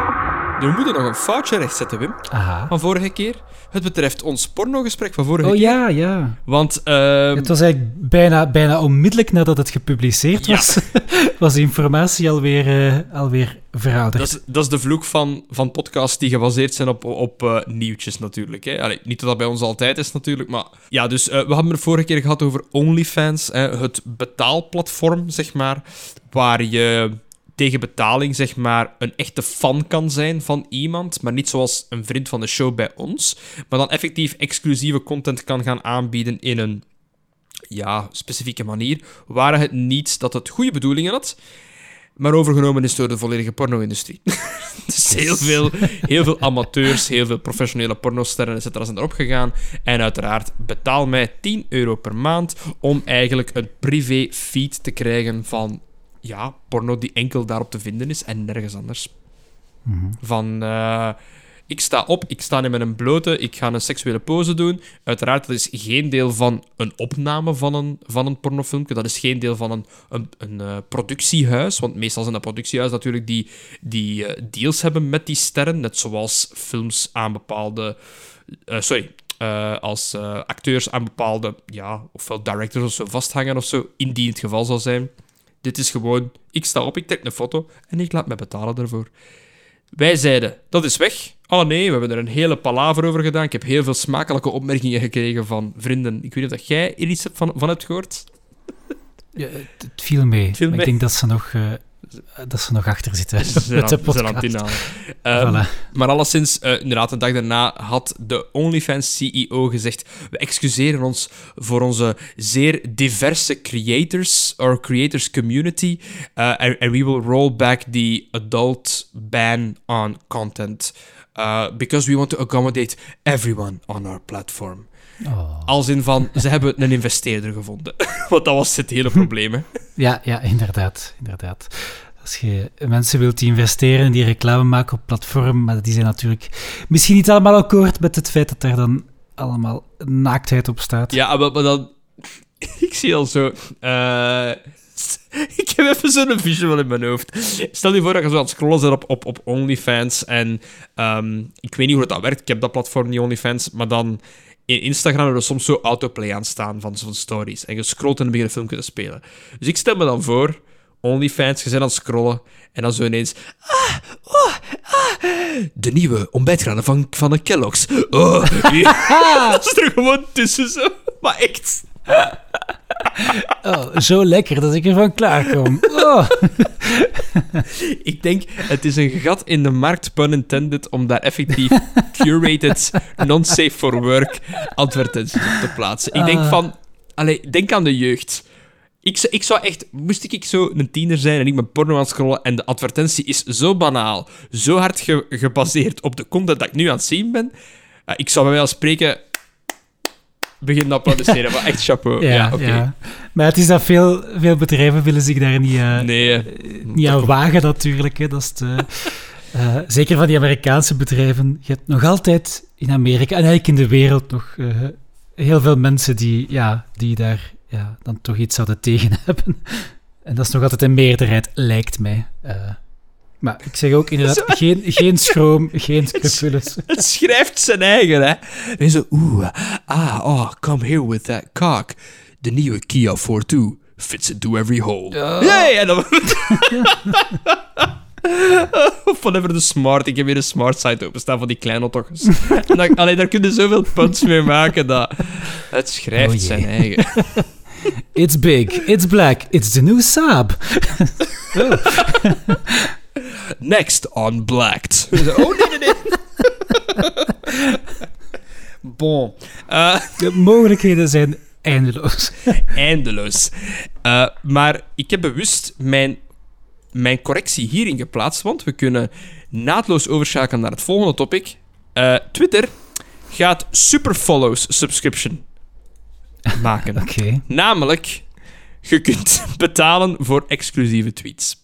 We moeten nog een foutje rechtzetten, Wim. Aha. Van vorige keer. Het betreft ons pornogesprek van vorige oh, keer. Oh ja, ja. Want... Uh... Het was eigenlijk bijna, bijna onmiddellijk nadat het gepubliceerd ja. was, was de informatie alweer, uh, alweer verouderd. Dat is, dat is de vloek van, van podcasts die gebaseerd zijn op, op uh, nieuwtjes natuurlijk. Hè. Allee, niet dat dat bij ons altijd is natuurlijk, maar... Ja, dus uh, we hadden het vorige keer gehad over OnlyFans, hè, het betaalplatform, zeg maar, waar je... tegen betaling, zeg maar, een echte fan kan zijn van iemand, maar niet zoals een vriend van de show bij ons, maar dan effectief exclusieve content kan gaan aanbieden in een, ja, specifieke manier, waren het niet dat het goede bedoelingen had, maar overgenomen is door de volledige porno-industrie. Dus heel veel, heel veel amateurs, heel veel professionele pornosterren, et cetera, zijn erop gegaan. En uiteraard betaal mij tien euro per maand om eigenlijk een privé-feed te krijgen van... Ja, porno die enkel daarop te vinden is en nergens anders. Mm-hmm. Van, uh, ik sta op, ik sta in mijn blote, ik ga een seksuele pose doen. Uiteraard, dat is geen deel van een opname van een, van een pornofilmpje. Dat is geen deel van een, een, een uh, productiehuis. Want meestal zijn dat productiehuis natuurlijk die, die uh, deals hebben met die sterren. Net zoals films aan bepaalde... Uh, sorry... Uh, als uh, acteurs aan bepaalde, ja, ofwel directors of zo vasthangen of zo, indien het geval zal zijn. Dit is gewoon, ik sta op, ik trek een foto en ik laat me betalen daarvoor. Wij zeiden, dat is weg. Oh nee, we hebben er een hele palaver over gedaan. Ik heb heel veel smakelijke opmerkingen gekregen van vrienden. Ik weet niet of jij er iets van, van hebt gehoord. Ja, het, het viel mee. Het viel mee. Ik denk dat ze nog... Uh... dat ze nog achter zitten ze met de podcast. Zijn aan het inhalen. Um, voilà. Maar alleszins, uh, inderdaad, een dag daarna had de OnlyFans C E O gezegd: we excuseren ons voor onze zeer diverse creators, or creators community, uh, and, and we will roll back the adult ban on content, uh, because we want to accommodate everyone on our platform. Oh. Als in van, ze hebben een investeerder gevonden. Want dat was het hele probleem, hè. Ja, ja, inderdaad. inderdaad. Als je mensen wilt die investeren, die reclame maken op platform, maar die zijn natuurlijk misschien niet allemaal akkoord met het feit dat daar dan allemaal naaktheid op staat. Ja, maar, maar dan... Ik zie al zo... Uh, Ik heb even zo'n visual in mijn hoofd. Stel je voor dat je zo aan het scrollen bent op, op, op OnlyFans en um, ik weet niet hoe dat werkt, ik heb dat platform niet, OnlyFans, maar dan in Instagram hebben we soms zo autoplay aan staan van zo'n stories en je scrolt en dan begin je een filmpje te spelen. Dus ik stel me dan voor, OnlyFans, je bent aan het scrollen en dan zo ineens... Ah, oh, ah, de nieuwe ontbijtgranen van, van de Kellogg's. Oh, dat is er gewoon tussen zo. Maar echt... Oh, zo lekker dat ik ervan klaarkom. Oh. Ik denk, het is een gat in de markt, pun intended, om daar effectief curated, non-safe for work advertenties op te plaatsen. Ik denk van... Allee, denk aan de jeugd. Ik, ik zou echt... Moest ik zo een tiener zijn en ik ben porno aan het scrollen en de advertentie is zo banaal, zo hard ge, gebaseerd op de content dat ik nu aan het zien ben, uh, ik zou bij mij al spreken... beginnen applaudisseren, maar echt chapeau. Ja, ja, okay. ja. Maar het is dat veel, veel bedrijven willen zich daar niet, uh, nee, uh, niet aan wagen, natuurlijk. Hè. Dat is te, uh, zeker van die Amerikaanse bedrijven. Je hebt nog altijd in Amerika, en eigenlijk in de wereld, nog uh, heel veel mensen die, ja, die daar ja, dan toch iets zouden tegen hebben. En dat is nog altijd een meerderheid, lijkt mij. Uh, Maar ik zeg ook inderdaad, geen, geen schroom, geen scrupules. Het schrijft zijn eigen, hè. En zo, oeh, ah, oh, come here with that cock. De nieuwe Kia Fortwo fits into every hole. Oh. Yay! En dan... Of whatever de smart. Ik heb weer een smart site openstaan van die kleine auto's. En dan, allee, daar kun je zoveel punts mee maken dat... Het schrijft oh, zijn eigen. It's big, it's black, it's the new Saab. Oh. Next on Blacked. Oh, nee, nee, nee. Bon. Uh, De mogelijkheden zijn eindeloos. Eindeloos. Uh, maar ik heb bewust mijn, mijn correctie hierin geplaatst, want we kunnen naadloos overschakelen naar het volgende topic. Uh, Twitter gaat Superfollows subscription maken. Okay. Namelijk, je kunt betalen voor exclusieve tweets.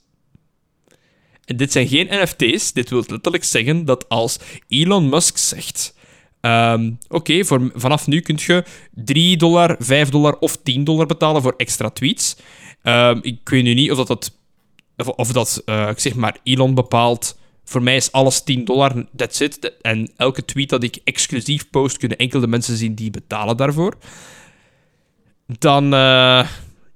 En dit zijn geen N F T's. Dit wil letterlijk zeggen dat als Elon Musk zegt... Um, Oké, okay, vanaf nu kun je drie dollar, vijf dollar of tien dollar betalen voor extra tweets. Um, ik weet nu niet of dat... dat of, of dat, uh, ik zeg maar, Elon bepaalt... Voor mij is alles tien dollar, that's it. En elke tweet dat ik exclusief post, kunnen enkel de mensen zien die betalen daarvoor. Dan... Uh,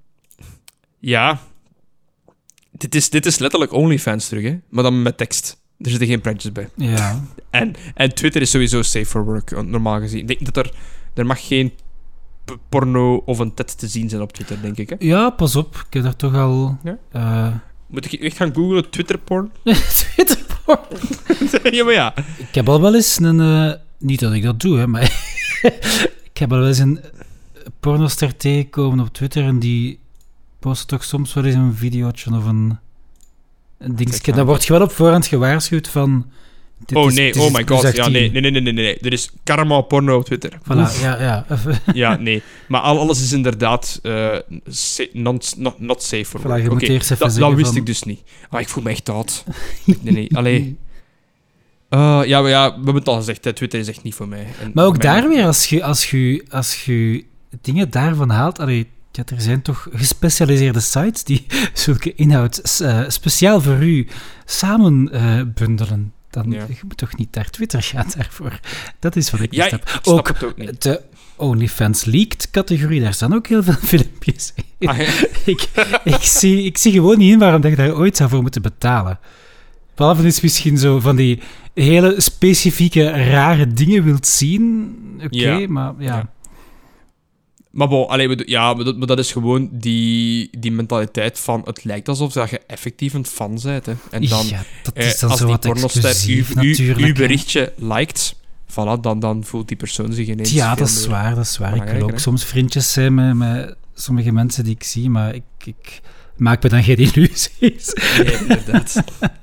ja... Dit is, dit is letterlijk OnlyFans terug, hè? Maar dan met tekst. Er zitten geen prentjes bij. Ja. En, en Twitter is sowieso safe for work, normaal gezien. Ik denk dat er... Er mag geen porno of een tet te zien zijn op Twitter, denk ik, hè? Ja, pas op. Ik heb daar toch al... Ja? Uh... Moet ik echt gaan googlen? Twitterporn? Twitterporn? Ja, maar ja. Ik heb al wel eens een... Uh... Niet dat ik dat doe, hè, maar... ik heb al wel eens een pornoster tegengekomen op Twitter en die... post toch soms wel eens een videootje of een, een dingetje. Dan word je wel op voorhand gewaarschuwd van... Dit oh is, nee, oh my god. Ja, nee, nee, nee, nee, nee, nee. Er is karma porno op Twitter. Voilà, Oef. ja, ja. Ja, nee. Maar alles is inderdaad uh, not, not, not safe for voilà, work. Okay, dat, dat wist van... ik dus niet. Ah, ik voel me echt oud. Nee, nee, allee... Uh, ja, maar ja, we hebben het al gezegd, hè. Twitter is echt niet voor mij. En maar ook mijn... daar weer, als je, als je, als je dingen daarvan haalt... Allee, ja, er zijn toch gespecialiseerde sites die zulke inhoud uh, speciaal voor u samen uh, bundelen. Dan ja. Je moet toch niet naar Twitter gaan daarvoor. Dat is wat ik ja, snap. Ik snap ook, het ook niet. De OnlyFans Leaked categorie, daar staan ook heel veel filmpjes in. Ah, ja. ik, ik, zie, ik zie gewoon niet in waarom dat je daar ooit zou voor moeten betalen. Behalve is misschien zo van die hele specifieke, rare dingen wilt zien. Oké, okay, ja. maar ja... ja. Maar bon, allee, ja, maar dat, maar dat is gewoon die, die mentaliteit van... Het lijkt alsof dat je effectief een fan bent. Hè. En dan, ja, dat is dan eh, als zo die wat pornoster u, u, uw berichtje hè. liked, voilà, dan, dan voelt die persoon zich ineens... Ja, dat is waar, dat is waar. Ik wil ook hè? soms vriendjes zijn met, met sommige mensen die ik zie, maar ik, ik maak me dan geen illusies. Nee, inderdaad.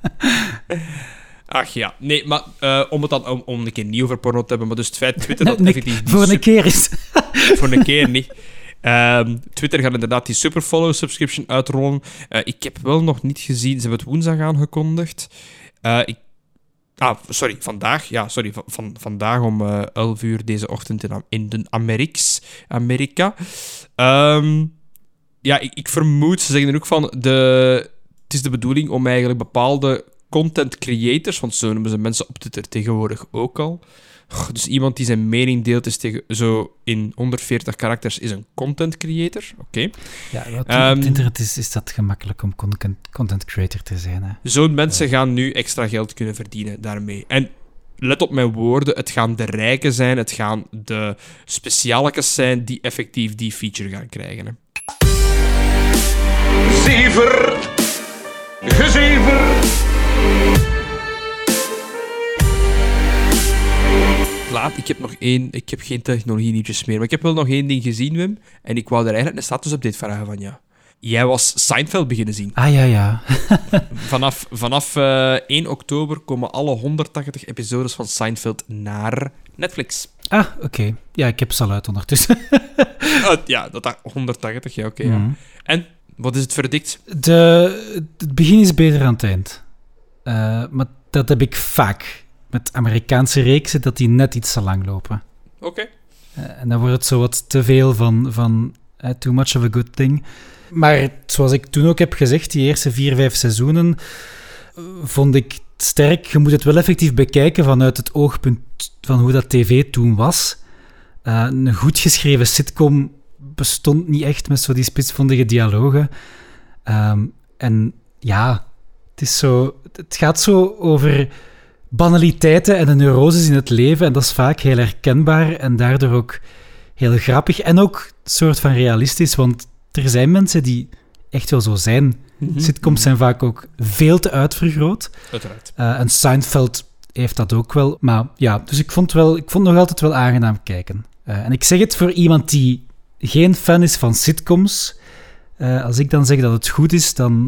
Ach ja, nee, maar uh, om het dan om, om een keer niet over porno te hebben, maar dus het feit Twitter dat nee, effectief... Voor een keer is... voor een keer niet. Um, Twitter gaat inderdaad die Superfollow subscription uitrollen. Uh, ik heb wel nog niet gezien, ze hebben het woensdag aangekondigd. Uh, ik, ah, sorry, vandaag. Ja, sorry, van, van, vandaag om uh, elf uur deze ochtend in, in de Ameriks, Amerika. Um, ja, ik, ik vermoed, ze zeggen er ook van, de, het is de bedoeling om eigenlijk bepaalde content creators, want zo noemen ze mensen op Twitter tegenwoordig ook al. Dus iemand die zijn mening deelt is tegen, zo in honderdveertig karakters is een content creator. Oké. Okay. Ja, wat Um, op het internet is, is dat gemakkelijk om content, content creator te zijn. Hè? Zo'n mensen gaan nu extra geld kunnen verdienen daarmee. En let op mijn woorden, het gaan de rijken zijn, het gaan de specialekes zijn die effectief die feature gaan krijgen. Hè. Zever, gezever. Laat, ik heb nog één... Ik heb geen technologie-nieuwtjes meer, maar ik heb wel nog één ding gezien, Wim. En ik wou daar eigenlijk een status-update vragen van jou. Jij was Seinfeld beginnen zien. Ah, ja, ja. vanaf vanaf uh, één oktober komen alle honderdtachtig episodes van Seinfeld naar Netflix. Ah, oké. Okay. Ja, ik heb ze al uit ondertussen. uh, ja, dat honderdtachtig, ja, oké. Okay, mm-hmm. ja. En, wat is het verdict? De, het begin is beter aan het eind. Uh, maar dat heb ik vaak met Amerikaanse reeksen, dat die net iets te lang lopen. Oké. Okay. Uh, en dan wordt het zo wat te veel van, van uh, too much of a good thing. Maar zoals ik toen ook heb gezegd, die eerste vier, vijf seizoenen uh, vond ik sterk. Je moet het wel effectief bekijken vanuit het oogpunt van hoe dat tv toen was. Uh, een goed geschreven sitcom bestond niet echt met zo die spitsvondige dialogen. Um, en ja, het is zo... Het gaat zo over banaliteiten en de neuroses in het leven. En dat is vaak heel herkenbaar en daardoor ook heel grappig. En ook een soort van realistisch, want er zijn mensen die echt wel zo zijn. Mm-hmm. Sitcoms zijn vaak ook veel te uitvergroot. Uiteraard. Uh, en Seinfeld heeft dat ook wel. Maar ja, dus ik vond, wel, ik vond nog altijd wel aangenaam kijken. Uh, en ik zeg het voor iemand die geen fan is van sitcoms. Uh, als ik dan zeg dat het goed is, dan,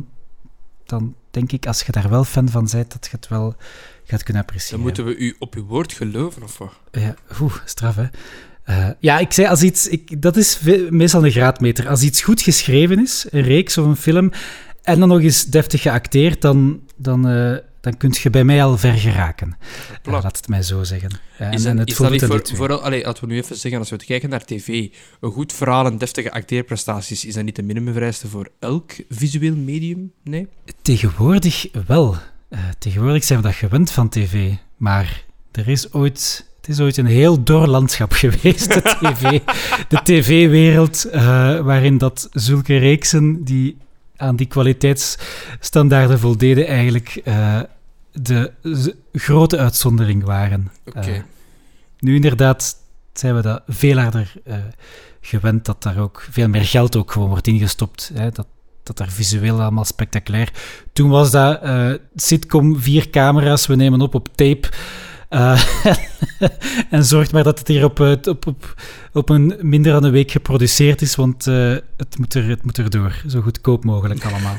dan denk ik, als je daar wel fan van bent, dat je het wel gaat kunnen appreciëren. Dan moeten we u op uw woord geloven, of wat? Ja, oeh, straf, hè. Uh, ja, ik zei, als iets... Ik, dat is ve- meestal een graadmeter. Als iets goed geschreven is, een reeks of een film, en dan nog eens deftig geacteerd, dan, dan, uh, dan kun je bij mij al ver geraken. Uh, laat het mij zo zeggen. Uh, is en, en het is dat niet voor, voor, vooral, allez, laten we nu even zeggen, als we kijken naar tv, een goed verhaal en deftige acteerprestaties, is dat niet de minimumvereiste voor elk visueel medium? Nee? Tegenwoordig wel. Uh, tegenwoordig zijn we dat gewend van tv, maar er is ooit... Het is ooit een heel dor landschap geweest, de tv. De tv-wereld, uh, waarin dat zulke reeksen die aan die kwaliteitsstandaarden voldeden, eigenlijk uh, de z- grote uitzondering waren. Okay. Uh, nu inderdaad zijn we dat veel harder uh, gewend, dat daar ook veel meer geld ook gewoon wordt ingestopt. Hè, dat, dat daar visueel allemaal spectaculair. Toen was dat uh, sitcom, vier camera's, we nemen op op tape... Uh, en zorg maar dat het hier op, op, op, op een minder dan een week geproduceerd is, want uh, het, moet er, het moet er door. Zo goedkoop mogelijk allemaal.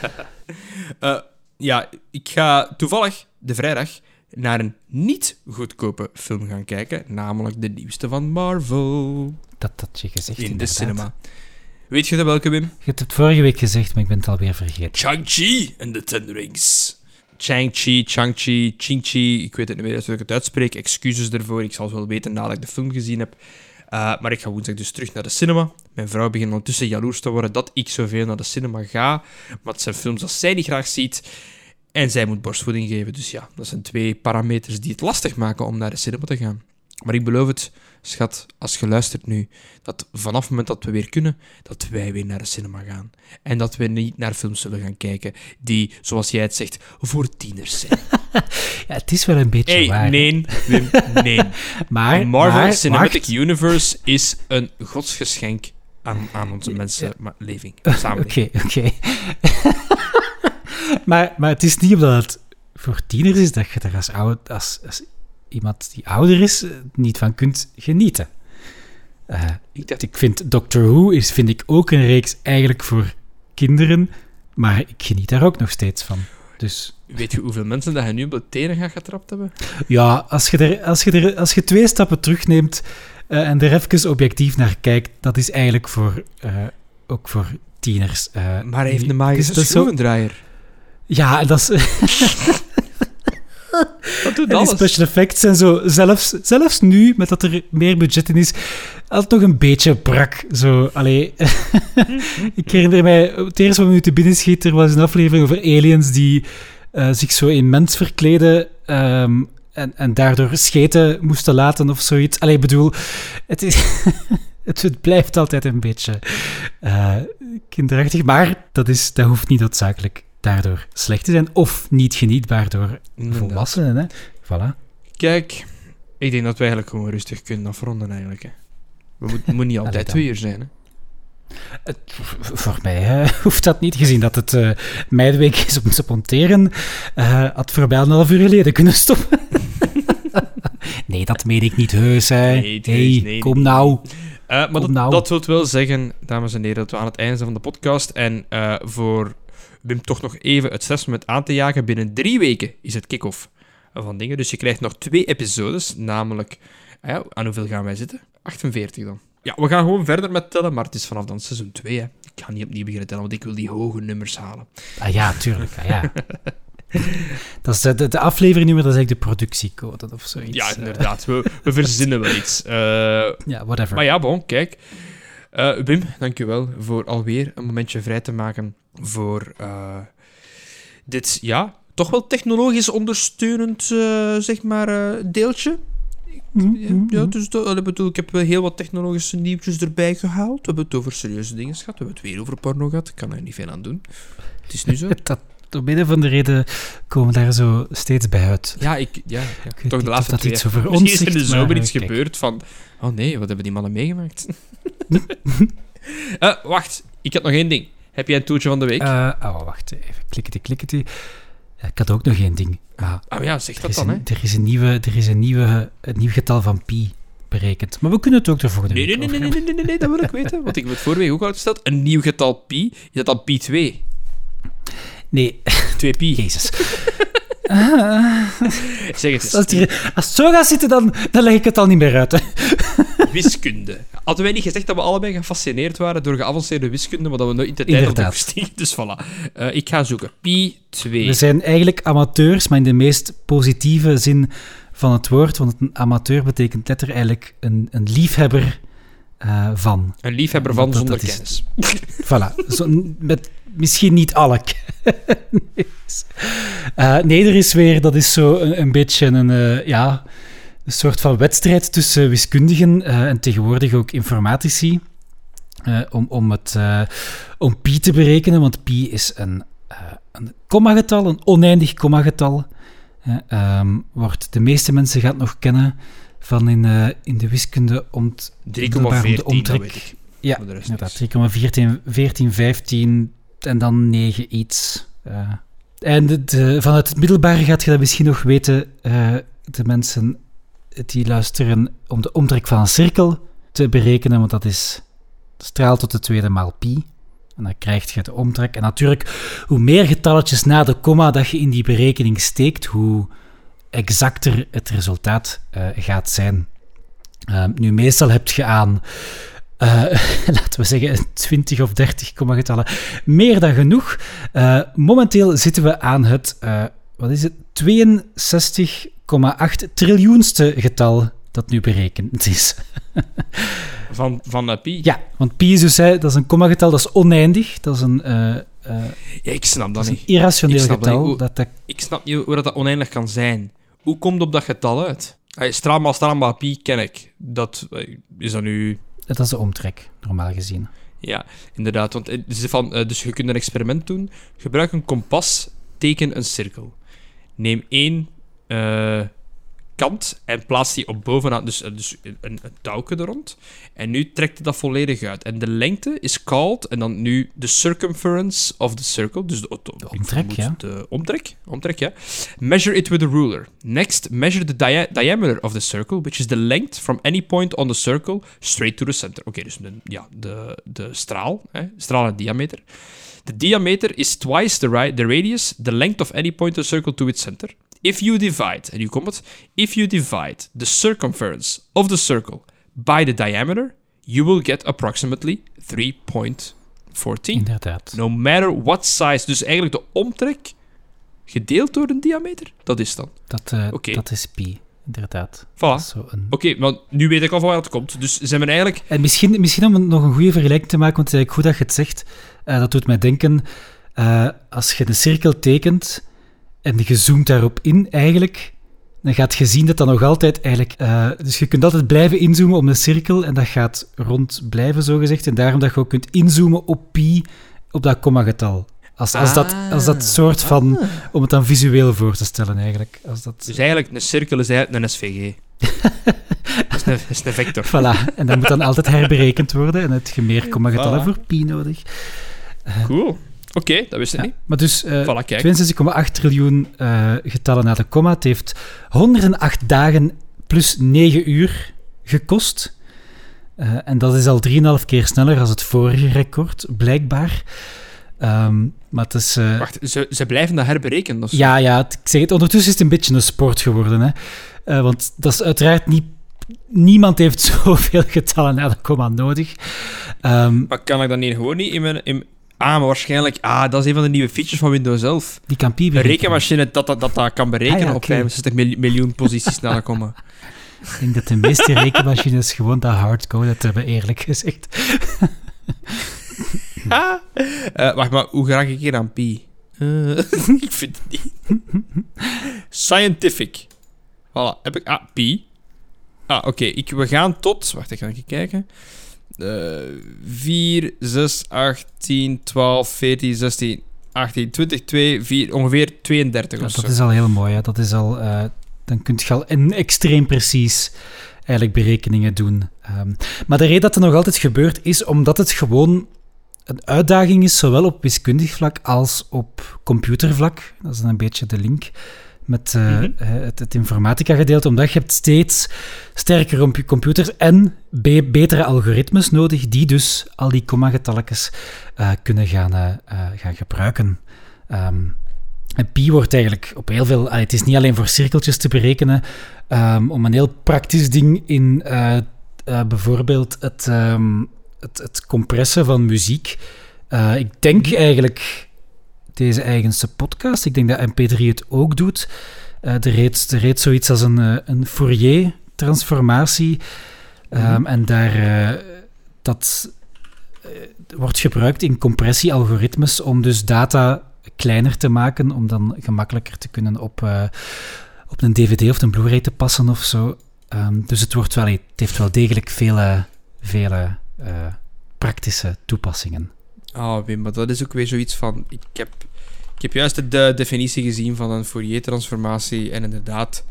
uh, ja, ik ga toevallig de vrijdag naar een niet goedkope film gaan kijken, namelijk de nieuwste van Marvel. Dat had je gezegd, in inderdaad. De cinema. Weet je dat welke, Wim? Je hebt het vorige week gezegd, maar ik ben het alweer vergeten. Shang-Chi and the Ten Rings. Shang-Chi, Chang-Chi, Ching-Chi, ik weet het niet meer als ik het uitspreek. Excuses ervoor, ik zal het wel weten nadat ik de film gezien heb. Uh, maar ik ga woensdag dus terug naar de cinema. Mijn vrouw begint ondertussen jaloers te worden dat ik zoveel naar de cinema ga. Maar het zijn films dat zij niet graag ziet. En zij moet borstvoeding geven. Dus ja, dat zijn twee parameters die het lastig maken om naar de cinema te gaan. Maar ik beloof het, schat, als je luistert nu, dat vanaf het moment dat we weer kunnen, dat wij weer naar de cinema gaan. En dat we niet naar films zullen gaan kijken die, zoals jij het zegt, voor tieners zijn. Ja, het is wel een beetje hey, waar. Nee, Wim, nee. maar, Marvel maar, Cinematic wacht. Universe is een godsgeschenk aan, aan onze mensenleving. Oké, oké. Okay, okay. maar, maar het is niet omdat het voor tieners is dat je er als, oud, als, als iemand die ouder is niet van kunt genieten. Uh, ik, dacht... ik vind Doctor Who is, vind ik ook een reeks eigenlijk voor kinderen, maar ik geniet daar ook nog steeds van. Dus... Weet je hoeveel mensen dat je nu op de tenen gaat getrapt hebben? Ja, als je, er, als je, er, als je twee stappen terugneemt uh, en er even objectief naar kijkt, dat is eigenlijk voor, uh, ook voor tieners. Uh, maar hij heeft een magische dus schroevendraaier. Zo... Ja, dat is... Dat doet En die alles. special effects en zo, zelfs, zelfs nu, met dat er meer budget in is, altijd nog een beetje brak. Zo, allee. Ik herinner mij, het eerste wat me nu te binnen schiet, er was een aflevering over aliens die uh, zich zo in mens verkleden um, en, en daardoor scheten moesten laten of zoiets. Allee, ik bedoel, het is... Het, het blijft altijd een beetje uh, kinderachtig, maar dat, is, dat hoeft niet noodzakelijk daardoor slecht te zijn of niet genietbaar door Inderdaad. volwassenen. Hè? Voilà. Kijk, ik denk dat we eigenlijk gewoon rustig kunnen afronden eigenlijk. Hè. We moet, het moet niet altijd Allee, dan. twee uur zijn. Hè. Het, voor mij hè, hoeft dat niet, gezien dat het uh, meidenweek is om te monteren. Uh, had voorbij een half uur geleden kunnen stoppen. Nee, dat meen ik niet heus. Hè. Nee, hey, nee, nee, kom nee. nou. Uh, maar dat, nou. dat wil wel zeggen, dames en heren, dat we aan het einde zijn van de podcast. En uh, voor Wim toch nog even het stressmoment aan te jagen. Binnen drie weken is het kick-off van dingen. Dus je krijgt nog twee episodes. Namelijk, uh, ja, aan hoeveel gaan wij zitten? achtenveertig dan. Ja, we gaan gewoon verder met tellen, maar het is vanaf dan seizoen twee. Hè. Ik ga niet opnieuw beginnen tellen, want ik wil die hoge nummers halen. Ah ja, tuurlijk. Ah, ja. Dat is de, de, de afleveringnummer, dat is eigenlijk de productiecode of zoiets. Ja, inderdaad. We, we verzinnen wel iets. Uh, Ja, whatever. Maar ja, bon, kijk. Uh, Wim, dankjewel voor alweer een momentje vrij te maken voor uh, dit, ja, toch wel technologisch ondersteunend, uh, zeg maar, uh, deeltje. Mm-hmm. Ja, dus dat, ik bedoel, ik heb heel wat technologische nieuwtjes erbij gehaald. We hebben het over serieuze dingen gehad. We hebben het weer over porno gehad. Ik kan er niet veel aan doen. Het is nu zo. Dat, door midden van de reden komen we daar zo steeds bij uit. Ja, ik, ja, ja. Ik weet toch de niet laatste of dat twee. iets over Misschien ons is er in de zegt, zomer maar, iets kijk. gebeurd van... Oh nee, wat hebben die mannen meegemaakt? uh, wacht, ik had nog één ding. Heb jij een toertje van de week? Uh, oh, wacht even. Klikkety, klikkety. Ja, ik had ook nog één ding. Maar Ah ja, zeg er dat is, dan, hè. een, er is, een, nieuwe, er is een, nieuwe, een nieuw getal van pi berekend. Maar we kunnen het ook de volgende Nee, nee, week nee, nee, over nee, nee, nee, nee, dat wil ik weten. Want ik heb het vorige week ook al uitgesteld. Een nieuw getal pi. Is dat dan pi twee? Nee, twee pi. Jezus. Ah, Zeg het eens. als, het hier, als het zo gaat zitten, dan, dan leg ik het al niet meer uit. Hè. Wiskunde. Hadden wij niet gezegd dat we allebei gefascineerd waren door geavanceerde wiskunde, maar dat we nooit de tijd hadden Inderdaad. gestiegen? Dus voilà. Uh, ik ga zoeken. pi twee. We zijn eigenlijk amateurs, maar in de meest positieve zin van het woord. Want een amateur betekent letterlijk eigenlijk een, een liefhebber uh, van. Een liefhebber van Dat- zonder dat is- kennis. Voilà. Zo, met misschien niet alle kennis. Uh, nee, er is weer, dat is zo een, een beetje een, uh, ja, een soort van wedstrijd tussen wiskundigen uh, en tegenwoordig ook informatici. Uh, om, om, het, uh, om pi te berekenen, want pi is een, uh, een kommagetal, een oneindig kommagetal. Uh, um, wordt de meeste mensen gaan het nog kennen van in, uh, in de wiskunde om t- drie komma om de veertien, dat omtrek. weet ik. Ja, Maar de rest inderdaad. is- drie komma veertien, vijftien en dan negen iets. Uh, en de, de, vanuit het middelbare gaat je dat misschien nog weten, uh, de mensen die luisteren, om de omtrek van een cirkel te berekenen, want dat is straal tot de tweede maal pi. En dan krijg je de omtrek. En natuurlijk, hoe meer getalletjes na de komma dat je in die berekening steekt, hoe exacter het resultaat uh, gaat zijn. Uh, nu, meestal heb je aan, uh, laten we zeggen, twintig of dertig kommagetallen meer dan genoeg. Uh, momenteel zitten we aan het, uh, wat is het, tweeënzestig komma acht triljoenste getal dat nu berekend is. Van, van uh, pi? Ja, want pi is dus, hè, dat is een kommagetal, dat is oneindig. Dat is een, uh, uh, Ja, ik snap dat dat is een niet. irrationeel Ik snap dat getal. niet. Hoe- Dat, dat, Ik snap niet hoe dat, dat oneindig kan zijn. Hoe komt op dat getal uit? Hey, straal maal straal maal pi ken ik. Dat eh, is dan nu... dat is de omtrek, normaal gezien. Ja, inderdaad. Want het is van, uh, dus je kunt een experiment doen. Gebruik een kompas, teken een cirkel. Neem één uh, kant en plaats die op bovenaan. Dus, uh, dus een, een touwke er rond. En nu trekt het dat volledig uit. En de lengte is called, en dan nu de circumference of the circle. Dus de, de, De ik omtrek, vermoed ja. De omtrek, omtrek, ja. Measure it with a ruler. Next, measure the dia- diameter of the circle, which is the length from any point on the circle straight to the center. Oké, okay, dus de, ja, de, de straal, hè, straal en diameter. The diameter is twice the, ri- the radius, the length of any point of the circle to its center. If you divide, en nu komt het, if you divide the circumference of the circle by the diameter, you will get approximately three point one four. Inderdaad. No matter what size. Dus eigenlijk de omtrek gedeeld door een diameter? Dat is dan. Dat, uh, okay. dat is pi, inderdaad. Voilà. Oké, een... okay, maar nu weet ik al van waar het komt. Dus ze hebben eigenlijk... En misschien, misschien om nog een goede vergelijking te maken, want het is eigenlijk goed dat je het zegt. Uh, dat doet mij denken, uh, als je een cirkel tekent en je zoomt daarop in, eigenlijk, dan gaat je zien dat dat nog altijd eigenlijk... Uh, dus je kunt altijd blijven inzoomen op een cirkel en dat gaat rond blijven, zogezegd. En daarom dat je ook kunt inzoomen op pi, op dat kommagetal. Als, als, ah, dat, als dat soort van... Ah. Om het dan visueel voor te stellen, eigenlijk. Als dat... Dus eigenlijk, een cirkel is eigenlijk een S V G. dat, is een, dat is een vector. Voilà. En dat moet dan altijd herberekend worden. En het je meer kommagetallen voilà. voor pi nodig. Uh, cool. Oké, okay, dat wist ik ja, niet. Maar dus uh, voilà, tweeënzestig komma acht triljoen uh, getallen na de komma. Het heeft honderdacht dagen plus negen uur gekost. Uh, en dat is al drieënhalf keer sneller dan het vorige record, blijkbaar. Um, maar het is... Uh... Wacht, ze, ze blijven dat herberekenen? Of zo? Ja, ja, het, ik zeg het, ondertussen is het een beetje een sport geworden. Hè? Uh, want dat is uiteraard niet... Niemand heeft zoveel getallen na de komma nodig. Um, maar kan ik dan hier gewoon niet in mijn... In... Ah, maar waarschijnlijk... Ah, dat is een van de nieuwe features van Windows elf. Die kan pi berekenen. Een rekenmachine dat dat, dat, dat kan berekenen ah, ja, op okay. vijfenzestig miljoen posities na de komma. Ik denk dat de meeste rekenmachines gewoon dat hardcoded hebben, eerlijk gezegd. uh, wacht, maar hoe raak ik hier aan pi? Uh, ik vind het niet. Scientific. Voilà, heb ik... Ah, pi. Ah, oké. Okay. We gaan tot... Wacht, ik ga even kijken. Uh, vier, zes, acht, tien, twaalf, veertien, zestien, achttien, twintig, twee, vier... Ongeveer tweeëndertig ja, of dat zo. is al heel mooi, hè. Dat is al... Uh, dan kun je al een extreem precies eigenlijk berekeningen doen. Um, maar de reden dat het nog altijd gebeurt, is omdat het gewoon... een uitdaging is, zowel op wiskundig vlak als op computervlak. Dat is dan een beetje de link met uh, mm-hmm. het, het informatica-gedeelte, omdat je hebt steeds sterkere computers en be- betere algoritmes nodig, die dus al die kommagetalletjes uh, kunnen gaan, uh, uh, gaan gebruiken. Um, en pi wordt eigenlijk op heel veel... Uh, het is niet alleen voor cirkeltjes te berekenen, um, om een heel praktisch ding in uh, uh, bijvoorbeeld het... Um, Het, het compressen van muziek. Uh, ik denk eigenlijk deze eigenste podcast, ik denk dat M P drie het ook doet. Uh, er, reed, er reed zoiets als een, uh, een Fourier-transformatie. Um, mm-hmm. En daar, uh, dat uh, wordt gebruikt in compressiealgoritmes om dus data kleiner te maken, om dan gemakkelijker te kunnen op, uh, op een D V D of een Blu-ray te passen of zo. Um, dus het, wordt wel, het heeft wel degelijk vele... vele Uh, praktische toepassingen. Ah, oh, Wim, maar dat is ook weer zoiets van... Ik heb, ik heb juist de, de definitie gezien van een Fourier-transformatie en inderdaad...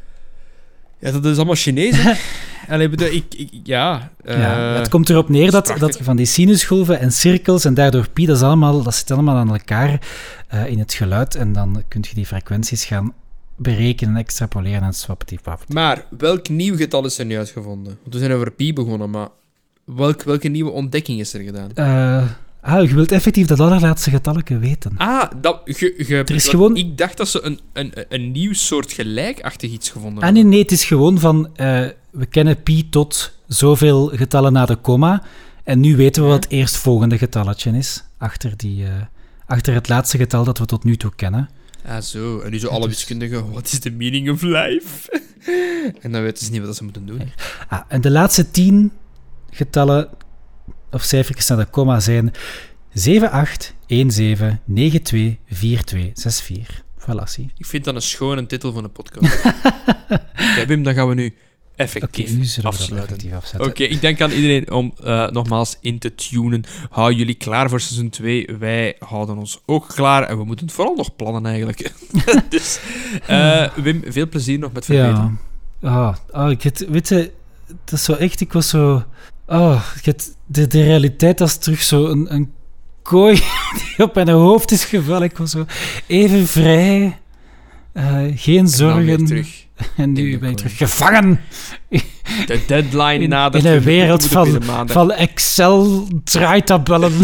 Ja, dat is allemaal Chinees, hè? Allee, bedoel, ik, ik, ja, uh, ja, het komt erop neer dat, dat van die sinusgolven en cirkels en daardoor pi, dat, is allemaal, dat zit allemaal aan elkaar uh, in het geluid en dan kun je die frequenties gaan berekenen, extrapoleren en swaptiepap. Maar welk nieuw getal is er nu uitgevonden? Want we zijn over pi begonnen, maar... Welk, welke nieuwe ontdekking is er gedaan? Uh, ah, je wilt effectief dat allerlaatste getalletje weten. Ah, dat, ge, ge, er is gewoon... ik dacht dat ze een, een, een nieuw soort gelijkachtig iets gevonden hebben. Ah, nee, nee, het is gewoon van... Uh, we kennen pi tot zoveel getallen na de komma. En nu weten we wat het eerstvolgende getalletje is. Achter, die, uh, achter het laatste getal dat we tot nu toe kennen. Ah, zo. En nu zo alle wiskundigen... What is the meaning of life? En dan weten ze niet wat ze moeten doen. Ah, en de laatste tien... getallen of cijfertjes naar de komma zijn zeven acht een zeven negen twee vier twee zes vier. Voilà, zie. Ik vind dat een schone titel van een podcast. Ja, Wim, dan gaan we nu effectief okay, nu afsluiten. afsluiten. Oké, okay, ik denk aan iedereen om uh, nogmaals in te tunen. Hou jullie klaar voor seizoen twee. Wij houden ons ook klaar en we moeten het vooral nog plannen eigenlijk. Dus uh, Wim, veel plezier nog met verbeteren. Ja, oh, oh, ik het, weet je, dat is zo echt, ik was zo... Oh, de, de realiteit als terug zo een, een kooi die op mijn hoofd is gevallen. Ik was zo even vrij, uh, geen zorgen. Terug. En nu ben je terug gevangen. De deadline nadert. In een wereld van, van Excel, draaitabellen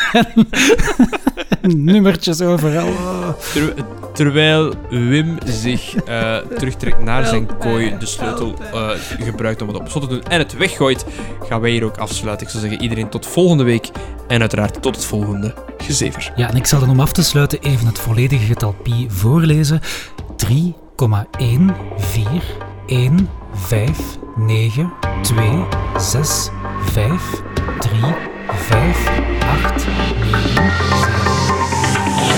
en nummertjes overal. Ter, terwijl Wim zich uh, terugtrekt naar zijn kooi, de sleutel uh, gebruikt om het op slot te doen en het weggooit, gaan wij hier ook afsluiten. Ik zou zeggen, iedereen tot volgende week en uiteraard tot het volgende gezever. Ja, en ik zal dan om af te sluiten even het volledige getal pi voorlezen. drie komma één vier één vijf negen twee zes vijf drie vijf acht negen zeven.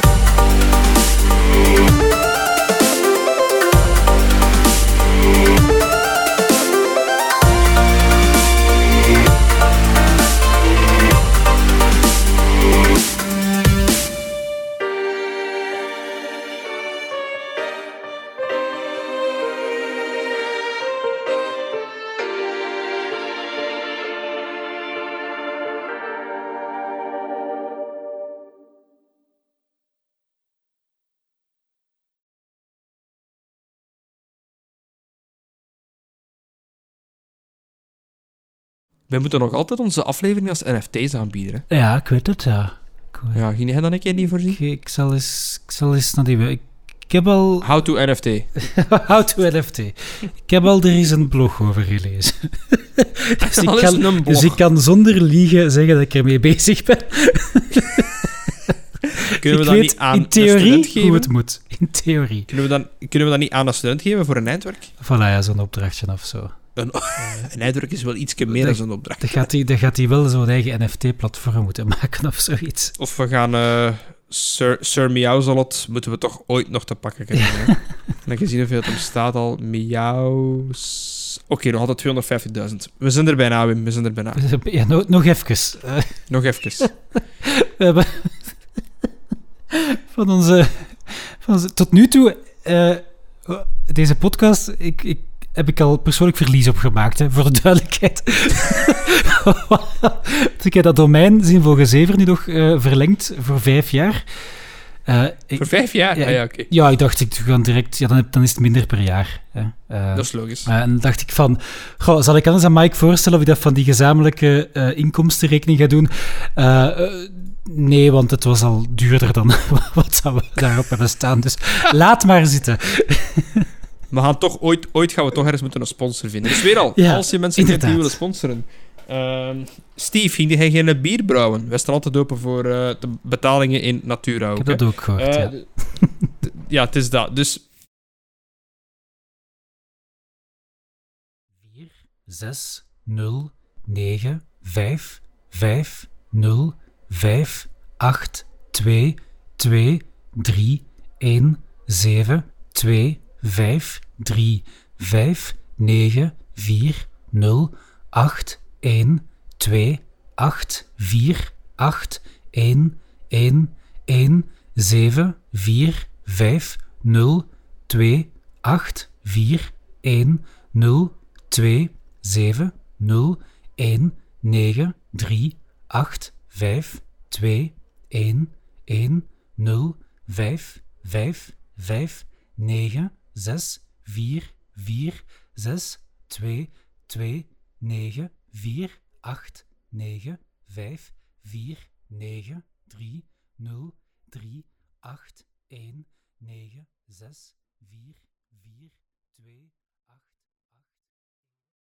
Wij moeten nog altijd onze aflevering als N F T's aanbieden. Hè? Ja, ik weet het, ja. Ik, weet- Ja, ging jij dan een keer niet voorzien? ik, ik zal eens, ik zal eens naar die... Ik, ik heb al... How to N F T. How to N F T. Ik heb al er eens een blog over gelezen. dus, ik Al is kan, het een blog. dus ik kan zonder liegen zeggen dat ik ermee bezig ben. Kunnen we ik dat weet niet aan in een student theorie geven? hoe het moet. In theorie. Kunnen we, dan, kunnen we dat niet aan een student geven voor een eindwerk? Voilà, ja, zo'n opdrachtje of zo. Een, een eindwerk is wel iets meer Dat- dan een opdracht. Dan gaat hij, dan gaat hij wel zo'n eigen N F T-platform moeten maken of zoiets. Of we gaan uh, Sir, Sir Meowsalot moeten we toch ooit nog te pakken krijgen. Hè? En dan gezien hoeveel het hem staat al. Meows... Oké, okay, nog altijd tweehonderdvijftigduizend. We zijn er bijna, Wim. We zijn er bijna. Ja, nog, nog even. Uh, Nog even. we hebben van onze, van onze... Tot nu toe, uh, deze podcast, ik, ik, heb ik al persoonlijk verlies opgemaakt, hè, voor de duidelijkheid. Ik heb dat domein Zinvolgezever nu nog uh, verlengd voor vijf jaar. Uh, ik, voor vijf jaar? Ja, ah, ja oké. Okay. Ja, ik dacht, ik ga direct... Ja, dan, heb, dan is het minder per jaar. Hè. Uh, dat is logisch. Uh, en dan dacht ik van... Goh, zal ik anders aan Mike voorstellen of ik dat van die gezamenlijke uh, inkomstenrekening ga doen? Uh, uh, nee, want het was al duurder dan wat zou we daarop hebben staan. Dus laat maar zitten. We gaan toch ooit, ooit gaan we toch ergens moeten een sponsor vinden. Dus weer al, ja, als je mensen inderdaad. die willen sponsoren. Uh, Steve, ging jij geen bier brouwen? Wij staan altijd open voor uh, de betalingen in Natura. Ik ook, heb dat hè? ook gehoord, uh, ja. D- ja, het is dat. Dus... vier, zes, nul, negen, vijf, vijf, nul, vijf, acht, twee, twee, drie, een, zeven, twee, vijf, drie, vijf, negen, vier, nul, acht, een, twee, acht, vier, acht, een, een, een, zeven, vier, vijf, nul, twee, acht, vier, een, nul, twee, zeven, nul, een, negen, drie, acht, vijf, twee, een, een, nul, vijf, vijf, vijf, negen, zes, vier, vier, zes, twee, twee, negen, vier, acht, negen, vijf, vier, negen, drie, nul, drie, acht, een, negen, zes, vier, vier, twee...